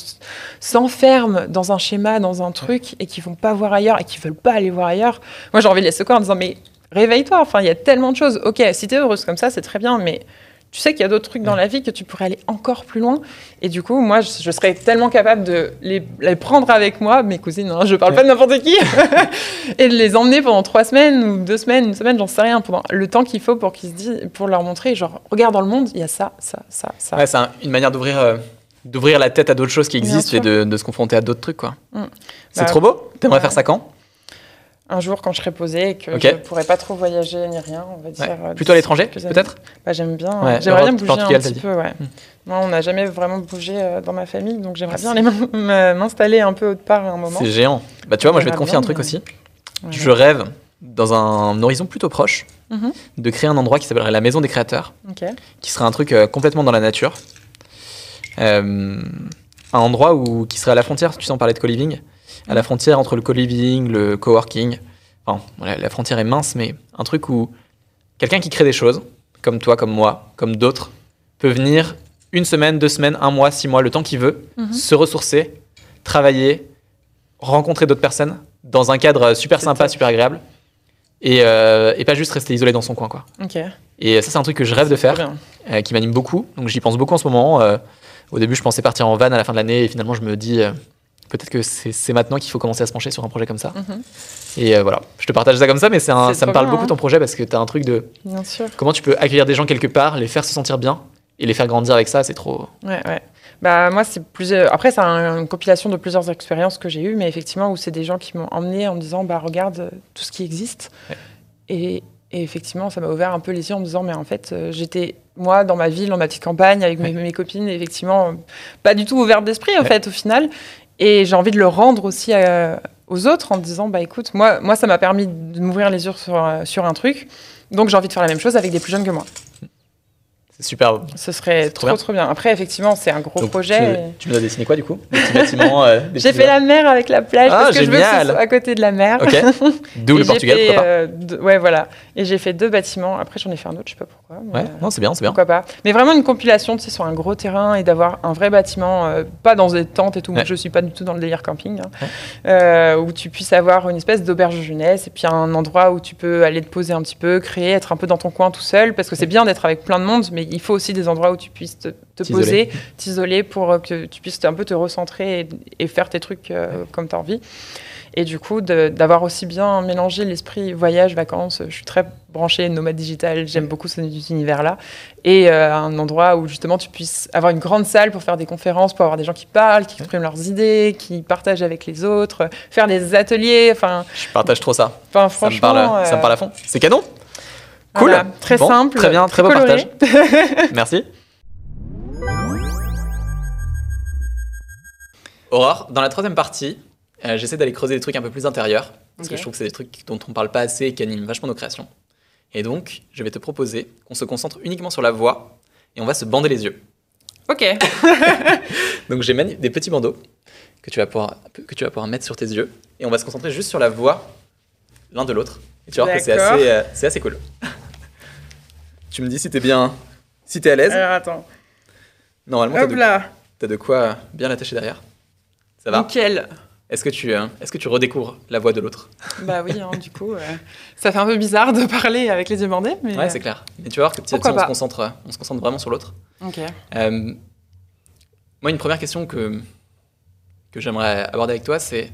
s'enferment dans un schéma, dans un truc, et qui ne vont pas voir ailleurs et qui ne veulent pas aller voir ailleurs. Moi, j'ai envie de les secouer en disant, mais réveille-toi, enfin, il y a tellement de choses. Ok, si tu es heureuse comme ça, c'est très bien, mais... Tu sais qu'il y a d'autres trucs dans la vie que tu pourrais aller encore plus loin. Et du coup, moi, je serais tellement capable de les prendre avec moi, mes cousines, hein, je parle pas de n'importe qui, et de les emmener pendant 3 semaines ou 2 semaines, 1 semaine, j'en sais rien, pendant le temps qu'il faut pour qu'ils se disent, pour leur montrer, genre, regarde dans le monde, il y a ça. Ouais, c'est une manière d'ouvrir la tête à d'autres choses qui existent et de se confronter à d'autres trucs, quoi. C'est trop beau. T'aimerais faire ça quand ? Un jour, quand je serai posée et que je ne pourrai pas trop voyager ni rien, on va dire. Plutôt à l'étranger, peut-être ? J'aime bien. J'aimerais bien bouger un petit peu, Moi, on n'a jamais vraiment bougé dans ma famille, donc j'aimerais bien aller m'installer un peu autre part à un moment. C'est géant. Tu vois, moi, je vais te confier un truc aussi. Voilà. Je rêve, dans un horizon plutôt proche, de créer un endroit qui s'appellerait la Maison des Créateurs, qui serait un truc complètement dans la nature. Un endroit qui serait à la frontière, tu sais, on parlait de co-living, à la frontière entre le co-living, le coworking. Enfin, la frontière est mince, mais un truc où quelqu'un qui crée des choses, comme toi, comme moi, comme d'autres, peut venir 1 semaine, 2 semaines, 1 mois, 6 mois, le temps qu'il veut, se ressourcer, travailler, rencontrer d'autres personnes dans un cadre super sympa, super agréable, et pas juste rester isolé dans son coin, quoi. Et ça, c'est un truc que je rêve de faire, qui m'anime beaucoup. Donc j'y pense beaucoup en ce moment. Au début, je pensais partir en van à la fin de l'année et finalement, je me dis peut-être que c'est maintenant qu'il faut commencer à se pencher sur un projet comme ça. Et voilà, je te partage ça comme ça, mais ça me parle beaucoup ton projet parce que tu as un truc de Bien sûr. Comment tu peux accueillir des gens quelque part, les faire se sentir bien et les faire grandir avec ça, c'est trop. Ouais. Bah, moi, c'est plusieurs. Après, c'est une compilation de plusieurs expériences que j'ai eues, mais effectivement, où c'est des gens qui m'ont emmené en me disant bah, regarde tout ce qui existe. Ouais. Et effectivement, ça m'a ouvert un peu les yeux en me disant mais en fait, j'étais, moi, dans ma ville, dans ma petite campagne, avec mes copines, et effectivement, pas du tout ouverte d'esprit, en fait, au final. Et j'ai envie de le rendre aussi aux autres en me disant bah écoute, moi, ça m'a permis de m'ouvrir les yeux sur un truc. Donc, j'ai envie de faire la même chose avec des plus jeunes que moi. C'est super. Ce serait trop bien. Après, effectivement, c'est un gros projet. Tu nous as dessiné quoi, du coup? Des petits bâtiments J'ai fait la mer avec la plage parce que je veux que ce soit à côté de la mer. Ok. D'où le Portugal, pourquoi pas? Ouais, voilà. Et j'ai fait 2 bâtiments. Après, j'en ai fait un autre, je sais pas pourquoi. Ouais, non, c'est bien. Pourquoi pas. Mais vraiment une compilation, tu sais, sur un gros terrain et d'avoir un vrai bâtiment, pas dans des tentes et tout. Ouais. Je suis pas du tout dans le délire camping. Où tu puisses avoir une espèce d'auberge de jeunesse et puis un endroit où tu peux aller te poser un petit peu, créer, être un peu dans ton coin tout seul. Parce que c'est bien d'être avec plein de monde, mais il faut aussi des endroits où tu puisses te poser, t'isoler pour que tu puisses un peu te recentrer et faire tes trucs comme tu as envie. Et du coup, d'avoir aussi bien mélangé l'esprit voyage, vacances. Je suis très branchée nomade digital, j'aime beaucoup cet univers-là. Et un endroit où justement tu puisses avoir une grande salle pour faire des conférences, pour avoir des gens qui parlent, qui expriment leurs idées, qui partagent avec les autres, faire des ateliers. Je partage trop ça. Franchement, ça me parle à fond. C'est canon. Cool. Voilà, très simple. Très bien, très beau partage. Merci. Aurore, dans la 3e partie, j'essaie d'aller creuser des trucs un peu plus intérieurs, parce que je trouve que c'est des trucs dont on ne parle pas assez et qui animent vachement nos créations. Et donc, je vais te proposer qu'on se concentre uniquement sur la voix et on va se bander les yeux. Ok. Donc, j'ai des petits bandeaux que tu vas pouvoir mettre sur tes yeux et on va se concentrer juste sur la voix l'un de l'autre. Et tu vas voir que c'est assez cool. Tu me dis si t'es à l'aise. Alors attends. Normalement, t'as de quoi bien l'attacher derrière. Ça va? Nickel. Est-ce que tu redécouvres la voix de l'autre? Bah oui, du coup, ça fait un peu bizarre de parler avec les yeux bandés. Mais ouais, c'est clair. Mais tu vas voir que petit à petit, on se concentre vraiment sur l'autre. Ok. Moi, une première question que j'aimerais aborder avec toi, c'est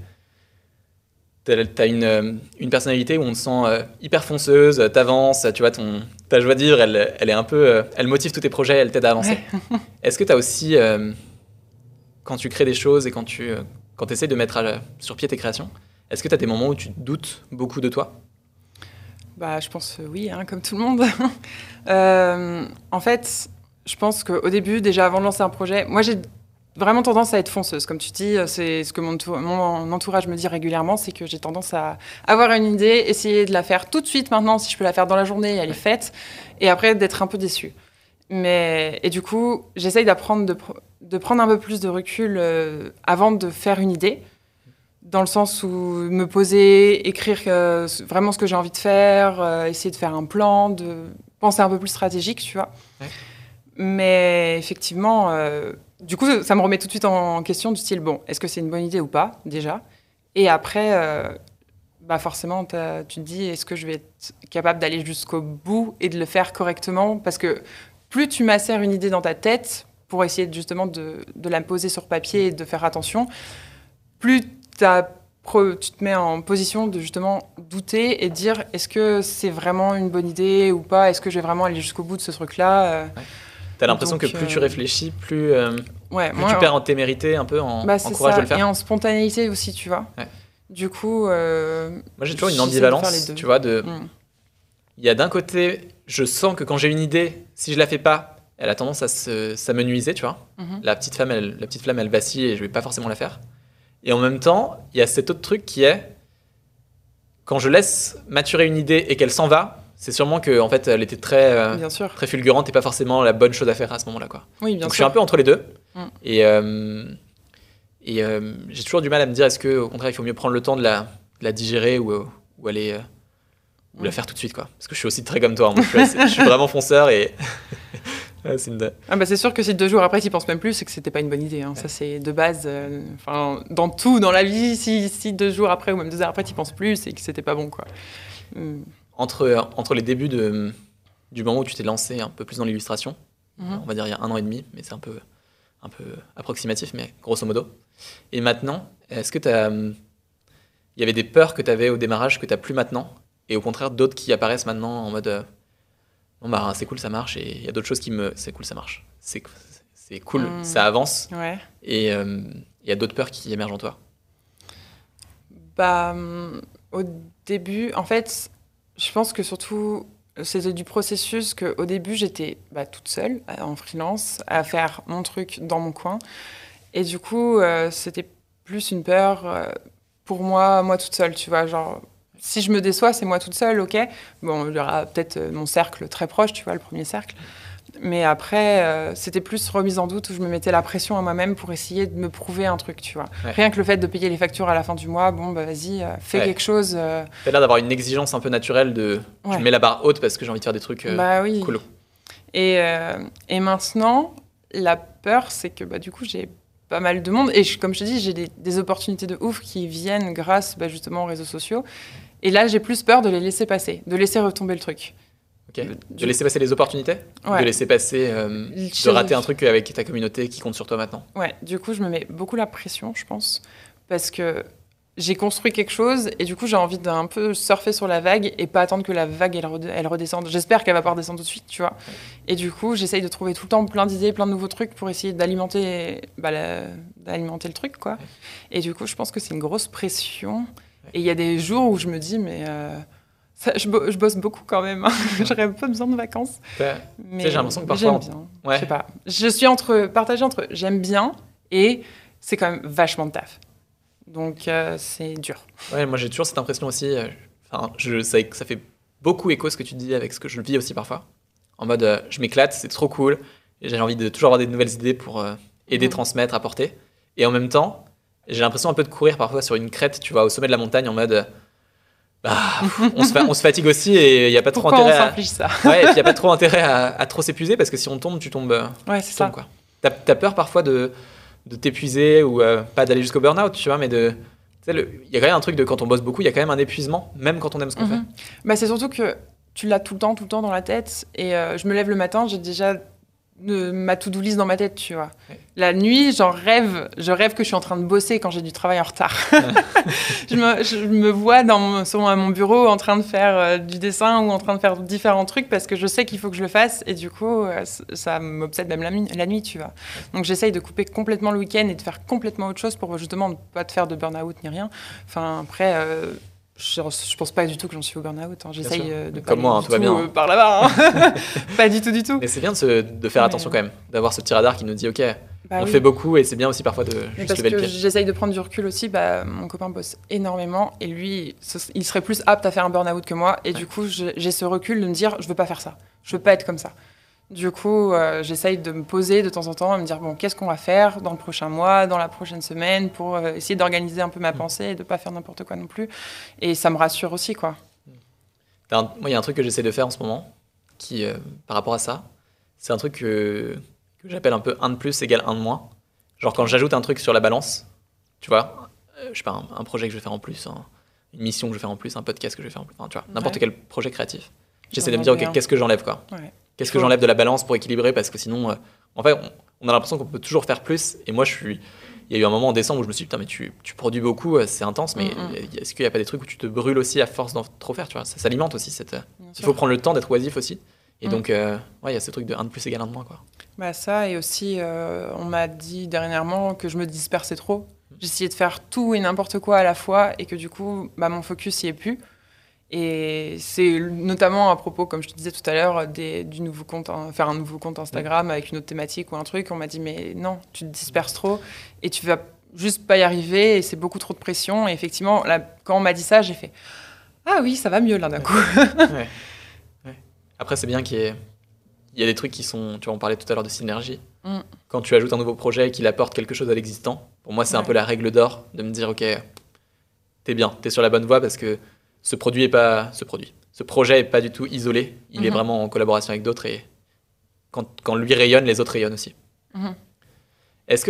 t'as une personnalité où on te sent hyper fonceuse, t'avances, tu vois, ta joie de vivre, elle est un peu, elle motive tous tes projets, elle t'aide à avancer. Ouais. Est-ce que t'as aussi, quand tu crées des choses et quand tu essaies de mettre sur pied tes créations, est-ce que t'as des moments où tu doutes beaucoup de toi? Bah, je pense oui, comme tout le monde. En fait, je pense qu'au début, déjà avant de lancer un projet, moi j'ai vraiment tendance à être fonceuse. Comme tu dis, c'est ce que mon entourage me dit régulièrement, c'est que j'ai tendance à avoir une idée, essayer de la faire tout de suite maintenant, si je peux la faire dans la journée, elle est faite, et après d'être un peu déçue. Et du coup, j'essaye de prendre un peu plus de recul avant de faire une idée, dans le sens où me poser, écrire vraiment ce que j'ai envie de faire, essayer de faire un plan, de penser un peu plus stratégique, tu vois. Ouais. Mais effectivement... du coup, ça me remet tout de suite en question du style, bon, est-ce que c'est une bonne idée ou pas, déjà? Et après, forcément, tu te dis, est-ce que je vais être capable d'aller jusqu'au bout et de le faire correctement? Parce que plus tu macères une idée dans ta tête pour essayer justement de la poser sur papier et de faire attention, plus tu te mets en position de justement douter et dire, est-ce que c'est vraiment une bonne idée ou pas? Est-ce que je vais vraiment aller jusqu'au bout de ce truc-là? Ouais. T'as l'impression que plus tu réfléchis, plus tu perds en témérité, un peu en courage de le faire. Et en spontanéité aussi, tu vois. Ouais. Du coup... moi, j'ai toujours une ambivalence, tu vois, il y a d'un côté, je sens que quand j'ai une idée, si je la fais pas, elle a tendance à s'amenuiser, tu vois. Mm-hmm. La petite flamme, elle vacille et je vais pas forcément la faire. Et en même temps, il y a cet autre truc qui est, quand je laisse maturer une idée et qu'elle s'en va, c'est sûrement qu'en fait, elle était très fulgurante et pas forcément la bonne chose à faire à ce moment-là, quoi. Oui, bien sûr. Donc, je suis un peu entre les deux. Et j'ai toujours du mal à me dire, est-ce qu'au contraire, il faut mieux prendre le temps de la digérer ou aller... ou la faire tout de suite, quoi. Parce que je suis aussi très comme toi. Hein. Je suis vraiment fonceur et... c'est sûr que si 2 jours après, tu n'y penses même plus, c'est que c'était pas une bonne idée. Hein. Ouais. Ça, c'est de base. Dans tout, dans la vie, si 2 jours après ou même 2 heures après, tu n'y penses plus, c'est que c'était pas bon, quoi. Entre les débuts du moment où tu t'es lancé un peu plus dans l'illustration, on va dire il y a 1 an et demi, mais c'est un peu un peu approximatif, mais grosso modo. Et maintenant, est-ce que il y avait des peurs que tu avais au démarrage que tu n'as plus maintenant, et au contraire d'autres qui apparaissent maintenant en mode bon bah c'est cool, ça marche, et il y a d'autres choses c'est cool, ça marche, c'est cool, ça avance, et il y a d'autres peurs qui émergent en toi? Bah, au début, en fait, je pense que surtout c'était du processus qu'au début j'étais toute seule en freelance à faire mon truc dans mon coin, et du coup c'était plus une peur pour moi toute seule, tu vois, genre si je me déçois, c'est moi toute seule, ok. Bon, il y aura peut-être mon cercle très proche, tu vois, le premier cercle. Mais après, c'était plus remise en doute où je me mettais la pression à moi-même pour essayer de me prouver un truc, tu vois. Ouais. Rien que le fait de payer les factures à la fin du mois, bon, bah vas-y, fais quelque chose. T'as l'air d'avoir une exigence un peu naturelle de je mets la barre haute parce que j'ai envie de faire des trucs cool. Et maintenant, la peur, c'est que du coup, j'ai pas mal de monde. Et comme je te dis, j'ai des opportunités de ouf qui viennent grâce justement aux réseaux sociaux. Et là, j'ai plus peur de les laisser passer, de laisser retomber le truc. Okay. De laisser passer les opportunités, de laisser passer, de rater un truc avec ta communauté qui compte sur toi maintenant. Ouais, du coup, je me mets beaucoup la pression, je pense, parce que j'ai construit quelque chose et du coup, j'ai envie d'un peu surfer sur la vague et pas attendre que la vague, elle redescende. J'espère qu'elle va pas redescendre tout de suite, tu vois. Et du coup, j'essaye de trouver tout le temps plein d'idées, plein de nouveaux trucs pour essayer d'alimenter le truc, quoi. Et du coup, je pense que c'est une grosse pression. Et il y a des jours où je me dis, mais je bosse beaucoup quand même. J'aurais pas besoin de vacances. Mais j'ai l'impression que parfois... J'aime bien. Ouais. Je sais pas. Je suis partagée entre j'aime bien et c'est quand même vachement de taf. Donc, c'est dur. Ouais, moi, j'ai toujours cette impression aussi. Ça fait beaucoup écho ce que tu dis avec ce que je vis aussi parfois. En mode, je m'éclate, c'est trop cool. Et j'ai envie de toujours avoir des nouvelles idées pour aider, transmettre, apporter. Et en même temps, j'ai l'impression un peu de courir parfois sur une crête, tu vois, au sommet de la montagne, en mode... on se fatigue aussi et il n'y a pas trop intérêt Ouais, et puis il n'y a pas trop intérêt à trop s'épuiser parce que si on tombe, tu tombes. Ouais, c'est ça. Quoi. T'as peur parfois de t'épuiser ou pas d'aller jusqu'au burn-out, tu vois, mais il y a quand même un truc de quand on bosse beaucoup, il y a quand même un épuisement, même quand on aime ce qu'on fait. C'est surtout que tu l'as tout le temps dans la tête et je me lève le matin, j'ai déjà ma to-do list dans ma tête, tu vois. Ouais. La nuit, je rêve que je suis en train de bosser quand j'ai du travail en retard. je me vois sur mon bureau en train de faire du dessin ou en train de faire différents trucs parce que je sais qu'il faut que je le fasse et du coup, ça m'obsède même la nuit, tu vois. Donc j'essaye de couper complètement le week-end et de faire complètement autre chose pour justement ne pas te faire de burn-out ni rien. Enfin, après... Je pense pas du tout que j'en suis au burn-out. Hein. J'essaye de pas aller du tout par là-bas. Hein. Pas du tout. Mais c'est bien de faire attention quand même, d'avoir ce petit radar qui nous dit ok, on fait beaucoup et c'est bien aussi parfois de juste lever le pied. J'essaye de prendre du recul aussi. Mon copain bosse énormément et lui, il serait plus apte à faire un burn-out que moi. Et du coup, j'ai ce recul de me dire je veux pas faire ça. Je veux pas être comme ça. Du coup, j'essaye de me poser de temps en temps et me dire bon, qu'est-ce qu'on va faire dans le prochain mois, dans la prochaine semaine, pour essayer d'organiser un peu ma pensée et de pas faire n'importe quoi non plus. Et ça me rassure aussi, quoi. Moi, il y a un truc que j'essaie de faire en ce moment, qui, par rapport à ça, c'est un truc que j'appelle un peu 1 de plus égale 1 de moins. Genre quand j'ajoute un truc sur la balance, tu vois, je sais pas, un projet que je vais faire en plus, une mission que je vais faire en plus, un podcast que je vais faire en plus, tu vois, n'importe quel projet créatif. J'essaie de me dire ok, qu'est-ce que j'enlève, quoi. Ouais. Qu'est-ce que j'enlève de la balance pour équilibrer parce que sinon, en fait, on a l'impression qu'on peut toujours faire plus. Et moi, il y a eu un moment en décembre où je me suis dit, putain, mais tu produis beaucoup, c'est intense, mais est-ce qu'il n'y a pas des trucs où tu te brûles aussi à force d'en trop faire, tu vois, ça s'alimente aussi. Il faut prendre le temps d'être oisif aussi. Et donc, il y a ce truc de 1 de plus égale 1 de moins, quoi. Ça, et aussi, on m'a dit dernièrement que je me dispersais trop. J'essayais de faire tout et n'importe quoi à la fois et que du coup, mon focus n'y est plus. Et c'est notamment à propos, comme je te disais tout à l'heure, du nouveau compte, faire un nouveau compte Instagram avec une autre thématique ou un truc. On m'a dit, mais non, tu te disperses trop et tu vas juste pas y arriver et c'est beaucoup trop de pression. Et effectivement, là, quand on m'a dit ça, j'ai fait, ah oui, ça va mieux là d'un coup. Ouais. Après, c'est bien qu'il y a des trucs qui sont, tu vois, on parlait tout à l'heure de synergie. Quand tu ajoutes un nouveau projet et qu'il apporte quelque chose à l'existant, pour moi, c'est un peu la règle d'or de me dire, ok, t'es bien, t'es sur la bonne voie parce que ce projet est pas du tout isolé, il est vraiment en collaboration avec d'autres et quand lui rayonne, les autres rayonnent aussi. Est-ce que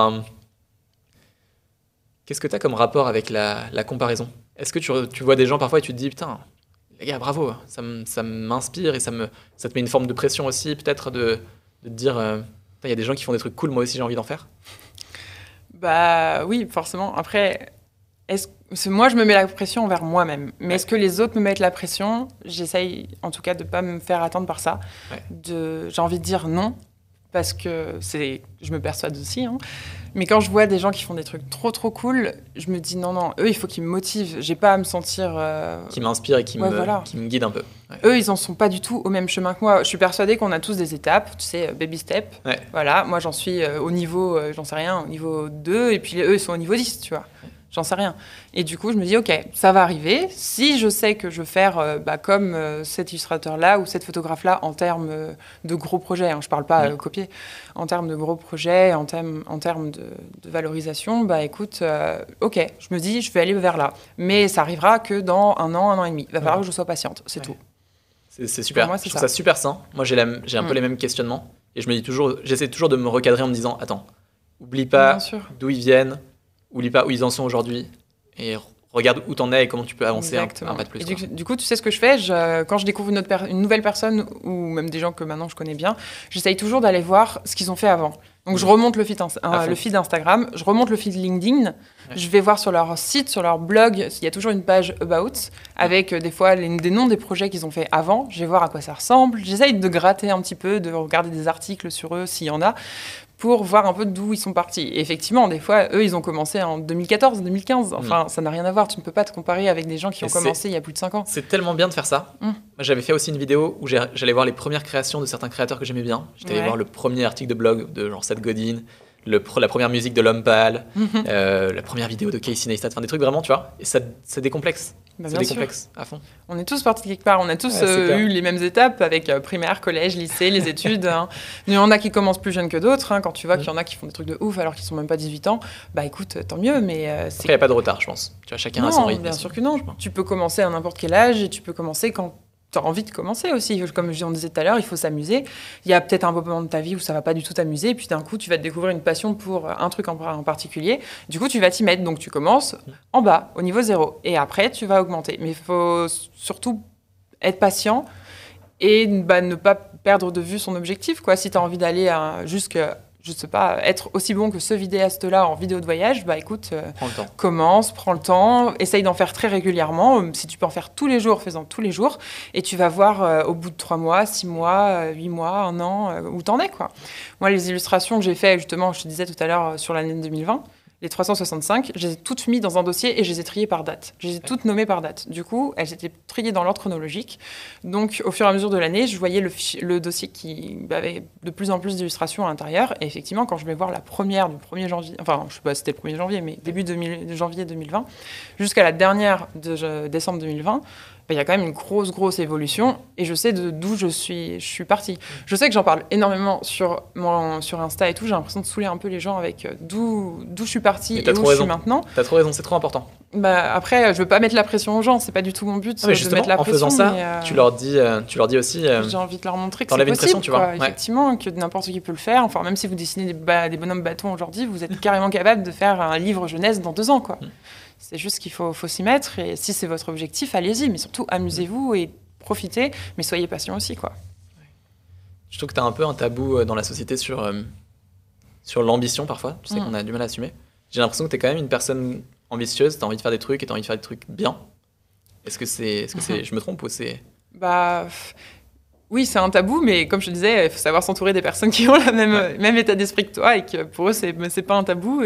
qu'est-ce que t'as comme rapport avec la comparaison? Est-ce que tu vois des gens parfois et tu te dis putain, les gars, bravo, ça m'inspire et ça te met une forme de pression aussi peut-être de te dire Il y a des gens qui font des trucs cool, moi aussi j'ai envie d'en faire. Bah oui, forcément. Après, moi, je me mets la pression envers moi-même. Mais est-ce que les autres me mettent la pression? J'essaye, en tout cas, de ne pas me faire attendre par ça. J'ai envie de dire non, parce que je me persuade aussi. Hein. Mais quand je vois des gens qui font des trucs trop, trop cool, je me dis non, eux, il faut qu'ils me motivent. J'ai pas à me sentir... Qui m'inspire et qui me guide un peu. Ouais. Eux, ils en sont pas du tout au même chemin que moi. Je suis persuadée qu'on a tous des étapes, tu sais, baby step. Ouais. Voilà, moi, j'en suis au niveau, j'en sais rien, au niveau 2, et puis eux, ils sont au niveau 10, tu vois. J'en sais rien. Et du coup, je me dis, OK, ça va arriver. Si je sais que je veux faire comme cet illustrateur-là ou cette photographe-là en termes de gros projets, hein, je ne parle pas copier, en termes de gros projets, en termes de valorisation, bah écoute, OK, je me dis, je vais aller vers là. Mais ça arrivera que dans un an et demi. Il va falloir que je sois patiente, c'est tout. C'est super. Moi, je trouve ça super sain. Moi, j'ai un peu les mêmes questionnements. Et je me dis toujours, j'essaie toujours de me recadrer en me disant, attends, oublie pas d'où ils viennent. Oublie pas où ils en sont aujourd'hui et regarde où t'en es et comment tu peux avancer un pas de plus. Et du coup, tu sais ce que je fais quand je découvre une nouvelle personne ou même des gens que maintenant je connais bien, j'essaye toujours d'aller voir ce qu'ils ont fait avant. Donc je remonte le feed Instagram, je remonte le feed LinkedIn, je vais voir sur leur site, sur leur blog, il y a toujours une page About avec des fois des noms des projets qu'ils ont fait avant, je vais voir à quoi ça ressemble, j'essaye de gratter un petit peu, de regarder des articles sur eux s'il y en a, pour voir un peu d'où ils sont partis. Et effectivement, des fois, eux, ils ont commencé en 2014, 2015. Enfin, ça n'a rien à voir. Tu ne peux pas te comparer avec des gens qui ont commencé il y a plus de 5 ans. C'est tellement bien de faire ça. Moi, j'avais fait aussi une vidéo où j'allais voir les premières créations de certains créateurs que j'aimais bien. J'étais allé voir le premier article de blog de genre Seth Godin, la première musique de L'Homme Pâle, la première vidéo de Casey Neistat. Enfin, des trucs vraiment, tu vois. Et ça décomplexe. Ça décomplexe à fond. On est tous partis de quelque part. On a tous eu les mêmes étapes avec primaire, collège, lycée, les études. Hein. Il y en a qui commencent plus jeunes que d'autres. Hein. Quand tu vois qu'il y en a qui font des trucs de ouf alors qu'ils sont même pas 18 ans, bah écoute, tant mieux. Mais après, il n'y a pas de retard, je pense. Tu vois, chacun a son rythme. Bien sûr que non. Tu peux commencer à n'importe quel âge et tu peux commencer quand tu as envie de commencer aussi. Comme on disait tout à l'heure, il faut s'amuser. Il y a peut-être un moment de ta vie où ça va pas du tout t'amuser, et puis d'un coup, tu vas te découvrir une passion pour un truc en particulier. Du coup, tu vas t'y mettre. Donc, tu commences en bas, au niveau 0. Et après, tu vas augmenter. Mais il faut surtout être patient et ne pas perdre de vue son objectif. Quoi. Si tu as envie d'aller jusqu'à... je sais pas, être aussi bon que ce vidéaste-là en vidéo de voyage, bah écoute, commence, prends le temps, essaye d'en faire très régulièrement. Si tu peux en faire tous les jours, fais-en tous les jours. Et tu vas voir au bout de 3 mois, 6 mois, 8 mois, 1 an, où t'en es, quoi. Moi, les illustrations que j'ai faites, justement, je te disais tout à l'heure, sur l'année 2020, les 365, je les ai toutes mises dans un dossier et je les ai triées par date. Je les ai toutes nommées par date. Du coup, elles étaient triées dans l'ordre chronologique. Donc, au fur et à mesure de l'année, je voyais le dossier qui avait de plus en plus d'illustrations à l'intérieur. Et effectivement, quand je vais voir la première du 1er janvier, enfin, je sais pas si c'était le 1er janvier, mais début janvier 2020, jusqu'à la dernière de décembre 2020, il y a quand même une grosse évolution et je sais d'où je suis partie. Je sais que j'en parle énormément sur Insta et tout, j'ai l'impression de saouler un peu les gens avec d'où je suis partie et où je suis maintenant. T'as trop raison, c'est trop important. Bah, après, je veux pas mettre la pression aux gens, c'est pas du tout mon but de mettre la pression. En faisant ça, tu leur dis aussi... j'ai envie de leur montrer que c'est possible, pression, tu vois. Effectivement, que n'importe qui peut le faire. Enfin, même si vous dessinez des bonhommes bâtons aujourd'hui, vous êtes carrément capable de faire un livre jeunesse dans 2 ans, quoi. C'est juste qu'il faut s'y mettre, et si c'est votre objectif, allez-y, mais surtout amusez-vous et profitez, mais soyez patient aussi, quoi. Je trouve que tu as un peu un tabou dans la société sur l'ambition parfois, tu sais qu'on a du mal à assumer. J'ai l'impression que tu es quand même une personne ambitieuse, tu as envie de faire des trucs et tu as envie de faire des trucs bien. Est-ce que je me trompe ou c'est... Bah... Oui, c'est un tabou, mais comme je te disais, il faut savoir s'entourer des personnes qui ont le même état d'esprit que toi et que pour eux, c'est pas un tabou.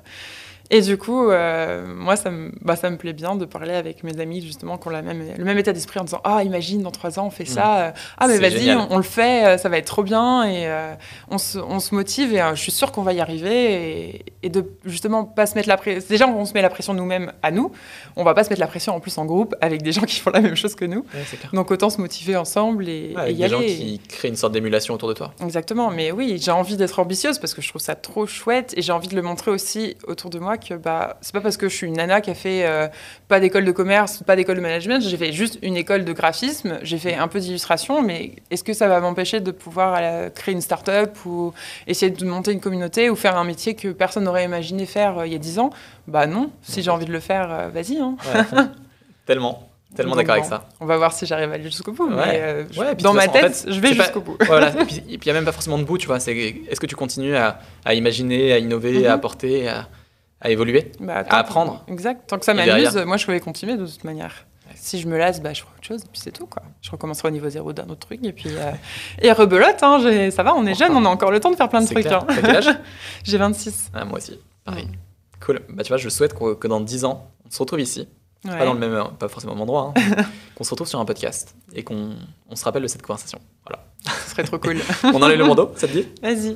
Et du coup, moi, ça me plaît bien de parler avec mes amis, justement, qui ont le même état d'esprit en disant « Ah, imagine, dans 3 ans, on fait ça. Ah, mais vas-y, on le fait, ça va être trop bien. » Et on se motive et je suis sûre qu'on va y arriver. Et de, justement, pas se mettre la pression. Déjà, on se met la pression nous-mêmes à nous. On va pas se mettre la pression, en plus, en groupe, avec des gens qui font la même chose que nous. Ouais, c'est clair. Donc, autant se motiver ensemble et y aller. Des gens qui créent une sorte d'émulation autour de toi. Exactement. Mais oui, j'ai envie d'être ambitieuse parce que je trouve ça trop chouette. Et j'ai envie de le montrer aussi autour de moi que c'est pas parce que je suis une nana qui a fait pas d'école de commerce, pas d'école de management, j'ai fait juste une école de graphisme, j'ai fait un peu d'illustration, mais est-ce que ça va m'empêcher de pouvoir créer une start-up ou essayer de monter une communauté ou faire un métier que personne n'aurait imaginé faire il y a 10 ans ? Bah non, si j'ai envie de le faire, vas-y. Hein. Ouais, tellement. Tellement d'accord avec ça. On va voir si j'arrive à aller jusqu'au bout. Ouais. Mais dans ma tête, en fait, je vais jusqu'au bout. Voilà. Et puis il n'y a même pas forcément de bout, tu vois. Est-ce que tu continues à imaginer, à innover, à apporter, à évoluer, à apprendre. Exact. Tant que ça m'amuse, moi je vais continuer de toute manière. Ouais. Si je me lasse, je ferai autre chose, et puis c'est tout, quoi. Je recommencerai au niveau 0 d'un autre truc, et puis et rebelote, hein, ça va, on est jeunes, on a encore le temps de faire plein de trucs. Hein. T'as quel âge? J'ai 26. Ah, moi aussi, pareil. Cool. Tu vois, je souhaite que dans 10 ans, on se retrouve ici. Pas dans le même, pas forcément au même endroit, hein, qu'on se retrouve sur un podcast et qu'on se rappelle de cette conversation. Voilà. Ce serait trop cool. On enlève le bandeau, ça te dit? Vas-y.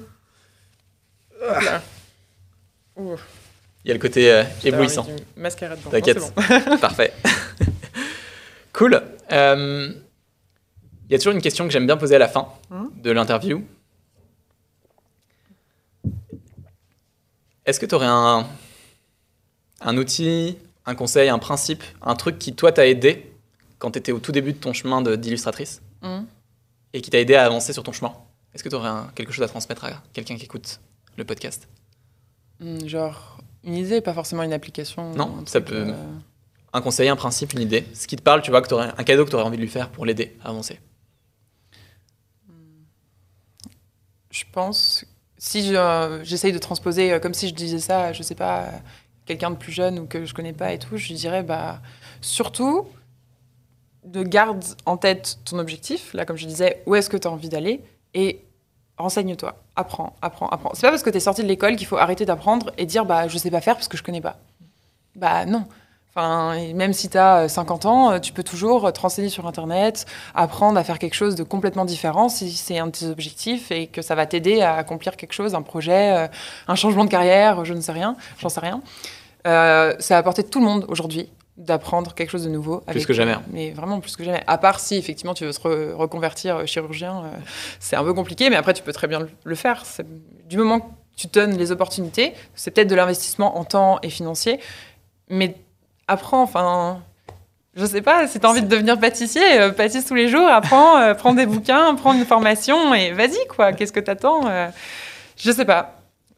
Il y a le côté éblouissant. Mascara dedans. T'inquiète. Bon. Parfait. Cool. Il y a toujours une question que j'aime bien poser à la fin de l'interview. Est-ce que tu aurais un outil, un conseil, un principe, un truc qui, toi, t'a aidé quand tu étais au tout début de ton chemin d'illustratrice et qui t'a aidé à avancer sur ton chemin? Est-ce que tu aurais quelque chose à transmettre à quelqu'un qui écoute le podcast? Genre une idée, pas forcément une application. Non, ça peut... Un conseil, un principe, une idée. Ce qui te parle, tu vois, un cadeau que tu aurais envie de lui faire pour l'aider à avancer. Je pense... Si j'essaye de transposer, comme si je disais ça, je sais pas, quelqu'un de plus jeune ou que je connais pas et tout, je lui dirais, surtout, de garde en tête ton objectif. Là, comme je disais, où est-ce que tu as envie d'aller? Et renseigne-toi, apprends. C'est pas parce que tu es sorti de l'école qu'il faut arrêter d'apprendre et dire, je sais pas faire parce que je connais pas. Non. Enfin, même si tu as 50 ans, tu peux toujours te renseigner sur Internet, apprendre à faire quelque chose de complètement différent si c'est un de tes objectifs et que ça va t'aider à accomplir quelque chose, un projet, un changement de carrière, j'en sais rien. C'est à la portée de tout le monde aujourd'hui d'apprendre quelque chose de nouveau. Plus que jamais. Mais vraiment plus que jamais. À part si, effectivement, tu veux te reconvertir chirurgien, c'est un peu compliqué, mais après, tu peux très bien le faire. Du moment que tu te donnes les opportunités, c'est peut-être de l'investissement en temps et financier, mais apprends, je sais pas, si t'as envie de devenir pâtissier, pâtisse tous les jours, apprends, prends des bouquins, prends une formation et vas-y, quoi. Qu'est-ce que t'attends? Je sais pas.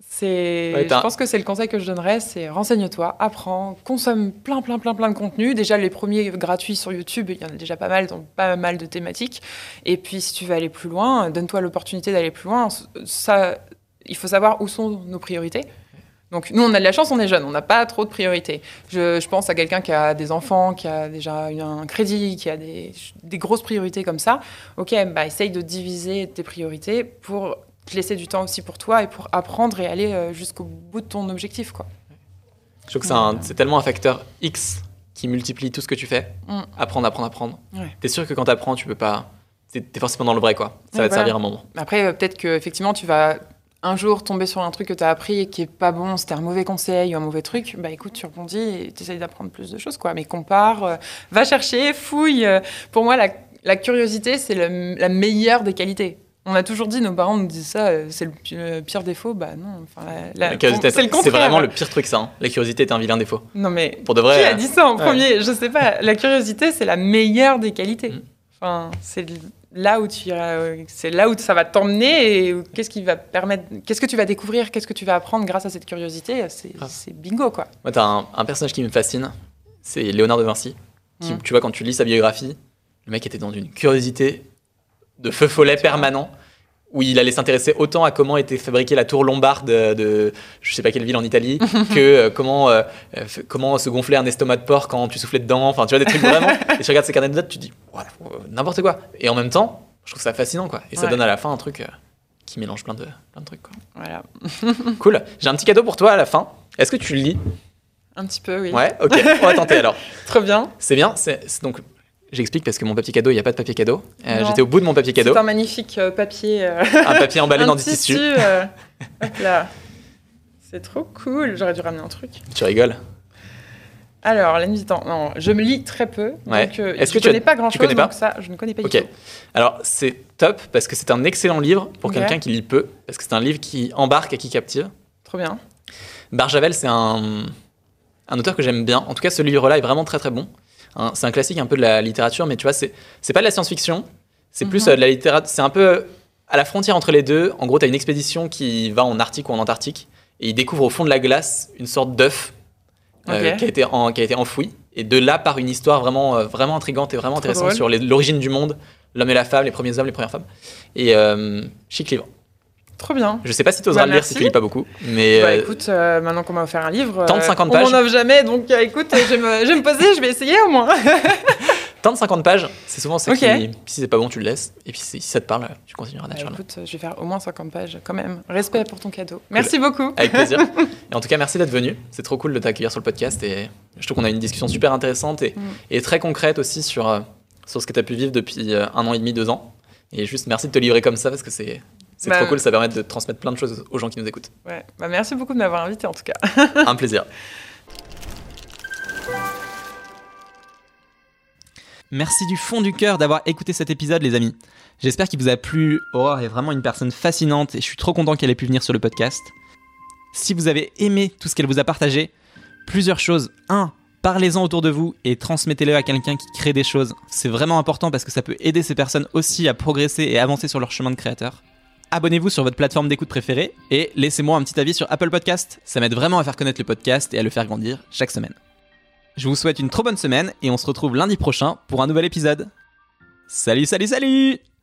Je pense que c'est le conseil que je donnerais, c'est renseigne-toi, apprends, consomme plein de contenus. Déjà, les premiers gratuits sur YouTube, il y en a déjà pas mal, dans pas mal de thématiques. Et puis, si tu veux aller plus loin, donne-toi l'opportunité d'aller plus loin. Ça, il faut savoir où sont nos priorités. Donc, nous, on a de la chance, on est jeunes, on n'a pas trop de priorités. Je pense à quelqu'un qui a des enfants, qui a déjà un crédit, qui a des grosses priorités comme ça. Ok, essaye de diviser tes priorités pour te laisser du temps aussi pour toi et pour apprendre et aller jusqu'au bout de ton objectif, quoi. Je trouve que c'est tellement un facteur X qui multiplie tout ce que tu fais. Apprendre. Ouais. T'es sûr que quand t'apprends, tu peux pas... T'es forcément dans le vrai, quoi. Ça va te servir un moment. Après, peut-être qu'effectivement, tu vas... un jour tomber sur un truc que tu as appris et qui est pas bon, c'était un mauvais conseil ou un mauvais truc, écoute, tu rebondis et tu essayes d'apprendre plus de choses, quoi. Mais compare, va chercher, fouille. Pour moi, la curiosité, c'est la meilleure des qualités. On a toujours dit, nos parents nous disent ça, c'est le pire défaut. Non, la curiosité, c'est le contraire. C'est vraiment le pire truc, ça. Hein. La curiosité est un vilain défaut. Non, mais pour de vrai, qui a dit ça en premier? Je sais pas. La curiosité, c'est la meilleure des qualités. C'est là où c'est là où ça va t'emmener et qu'est-ce que tu vas découvrir, qu'est-ce que tu vas apprendre grâce à cette curiosité, c'est bingo, quoi. Moi, t'as un personnage qui me fascine, c'est Léonard de Vinci. Tu vois, quand tu lis sa biographie, le mec était dans une curiosité de feu follet permanent, où il allait s'intéresser autant à comment était fabriquée la tour lombarde de je sais pas quelle ville en Italie, que comment se gonflait un estomac de porc quand tu soufflais dedans, enfin tu vois, des trucs vraiment, et tu regardes ses carnets de notes, tu te dis n'importe quoi, et en même temps je trouve ça fascinant, quoi, et ça donne à la fin un truc qui mélange plein de trucs, quoi. Voilà. Cool, j'ai un petit cadeau pour toi à la fin. Est-ce que tu le lis? Un petit peu, oui. Ouais, ok, on va tenter alors. Trop bien. C'est bien, donc j'explique parce que mon papier cadeau, il n'y a pas de papier cadeau. J'étais au bout de mon papier cadeau. C'est un magnifique papier. Un papier emballé dans du tissu. Hop là. C'est trop cool. J'aurais dû ramener un truc. Tu rigoles? Alors, la nuit du temps. Non, je me lis très peu. Ouais. Donc, je ne connais pas grand-chose. Tu connais pas? Donc ça, je ne connais pas du tout. Alors, c'est top parce que c'est un excellent livre pour quelqu'un qui lit peu. Parce que c'est un livre qui embarque et qui captive. Trop bien. Barjavel, c'est un auteur que j'aime bien. En tout cas, ce livre-là est vraiment très très bon. C'est un classique un peu de la littérature, mais tu vois, c'est pas de la science-fiction, c'est plus de la littérature, c'est un peu à la frontière entre les deux. En gros, tu as une expédition qui va en Arctique ou en Antarctique, et il découvre au fond de la glace une sorte d'œuf qui a été enfoui, Et de là part une histoire vraiment, vraiment intrigante et vraiment intéressante sur l'origine du monde, l'homme et la femme, les premiers hommes, les premières femmes. Et chic livre. Trop bien. Je sais pas si tu oseras le lire si tu lis pas beaucoup. Mais écoute, maintenant qu'on m'a offert un livre, tente 50 pages. On m'en offre jamais, donc écoute, je vais me poser, je vais essayer au moins. Tente 50 pages, c'est souvent ça qui... Si c'est pas bon, tu le laisses. Et puis si ça te parle, tu continueras naturellement. Écoute, je vais faire au moins 50 pages quand même. Respect pour ton cadeau. Merci beaucoup. Avec plaisir. Et en tout cas, merci d'être venu. C'est trop cool de t'accueillir sur le podcast. Et je trouve qu'on a une discussion super intéressante et très concrète aussi sur ce que tu as pu vivre depuis 1 an et demi, 2 ans. Et juste merci de te livrer comme ça parce que c'est trop cool. Ça permet de transmettre plein de choses aux gens qui nous écoutent. Ouais. Merci beaucoup de m'avoir invité en tout cas. Un plaisir. Merci du fond du cœur d'avoir écouté cet épisode, les amis. J'espère qu'il vous a plu. Aurore est vraiment une personne fascinante et je suis trop content qu'elle ait pu venir sur le podcast. Si vous avez aimé tout ce qu'elle vous a partagé, plusieurs choses. 1. Parlez-en autour de vous et transmettez-le à quelqu'un qui crée des choses. C'est vraiment important parce que ça peut aider ces personnes aussi à progresser et avancer sur leur chemin de créateur. Abonnez-vous sur votre plateforme d'écoute préférée et laissez-moi un petit avis sur Apple Podcast. Ça m'aide vraiment à faire connaître le podcast et à le faire grandir chaque semaine. Je vous souhaite une trop bonne semaine et on se retrouve lundi prochain pour un nouvel épisode. Salut, salut, salut!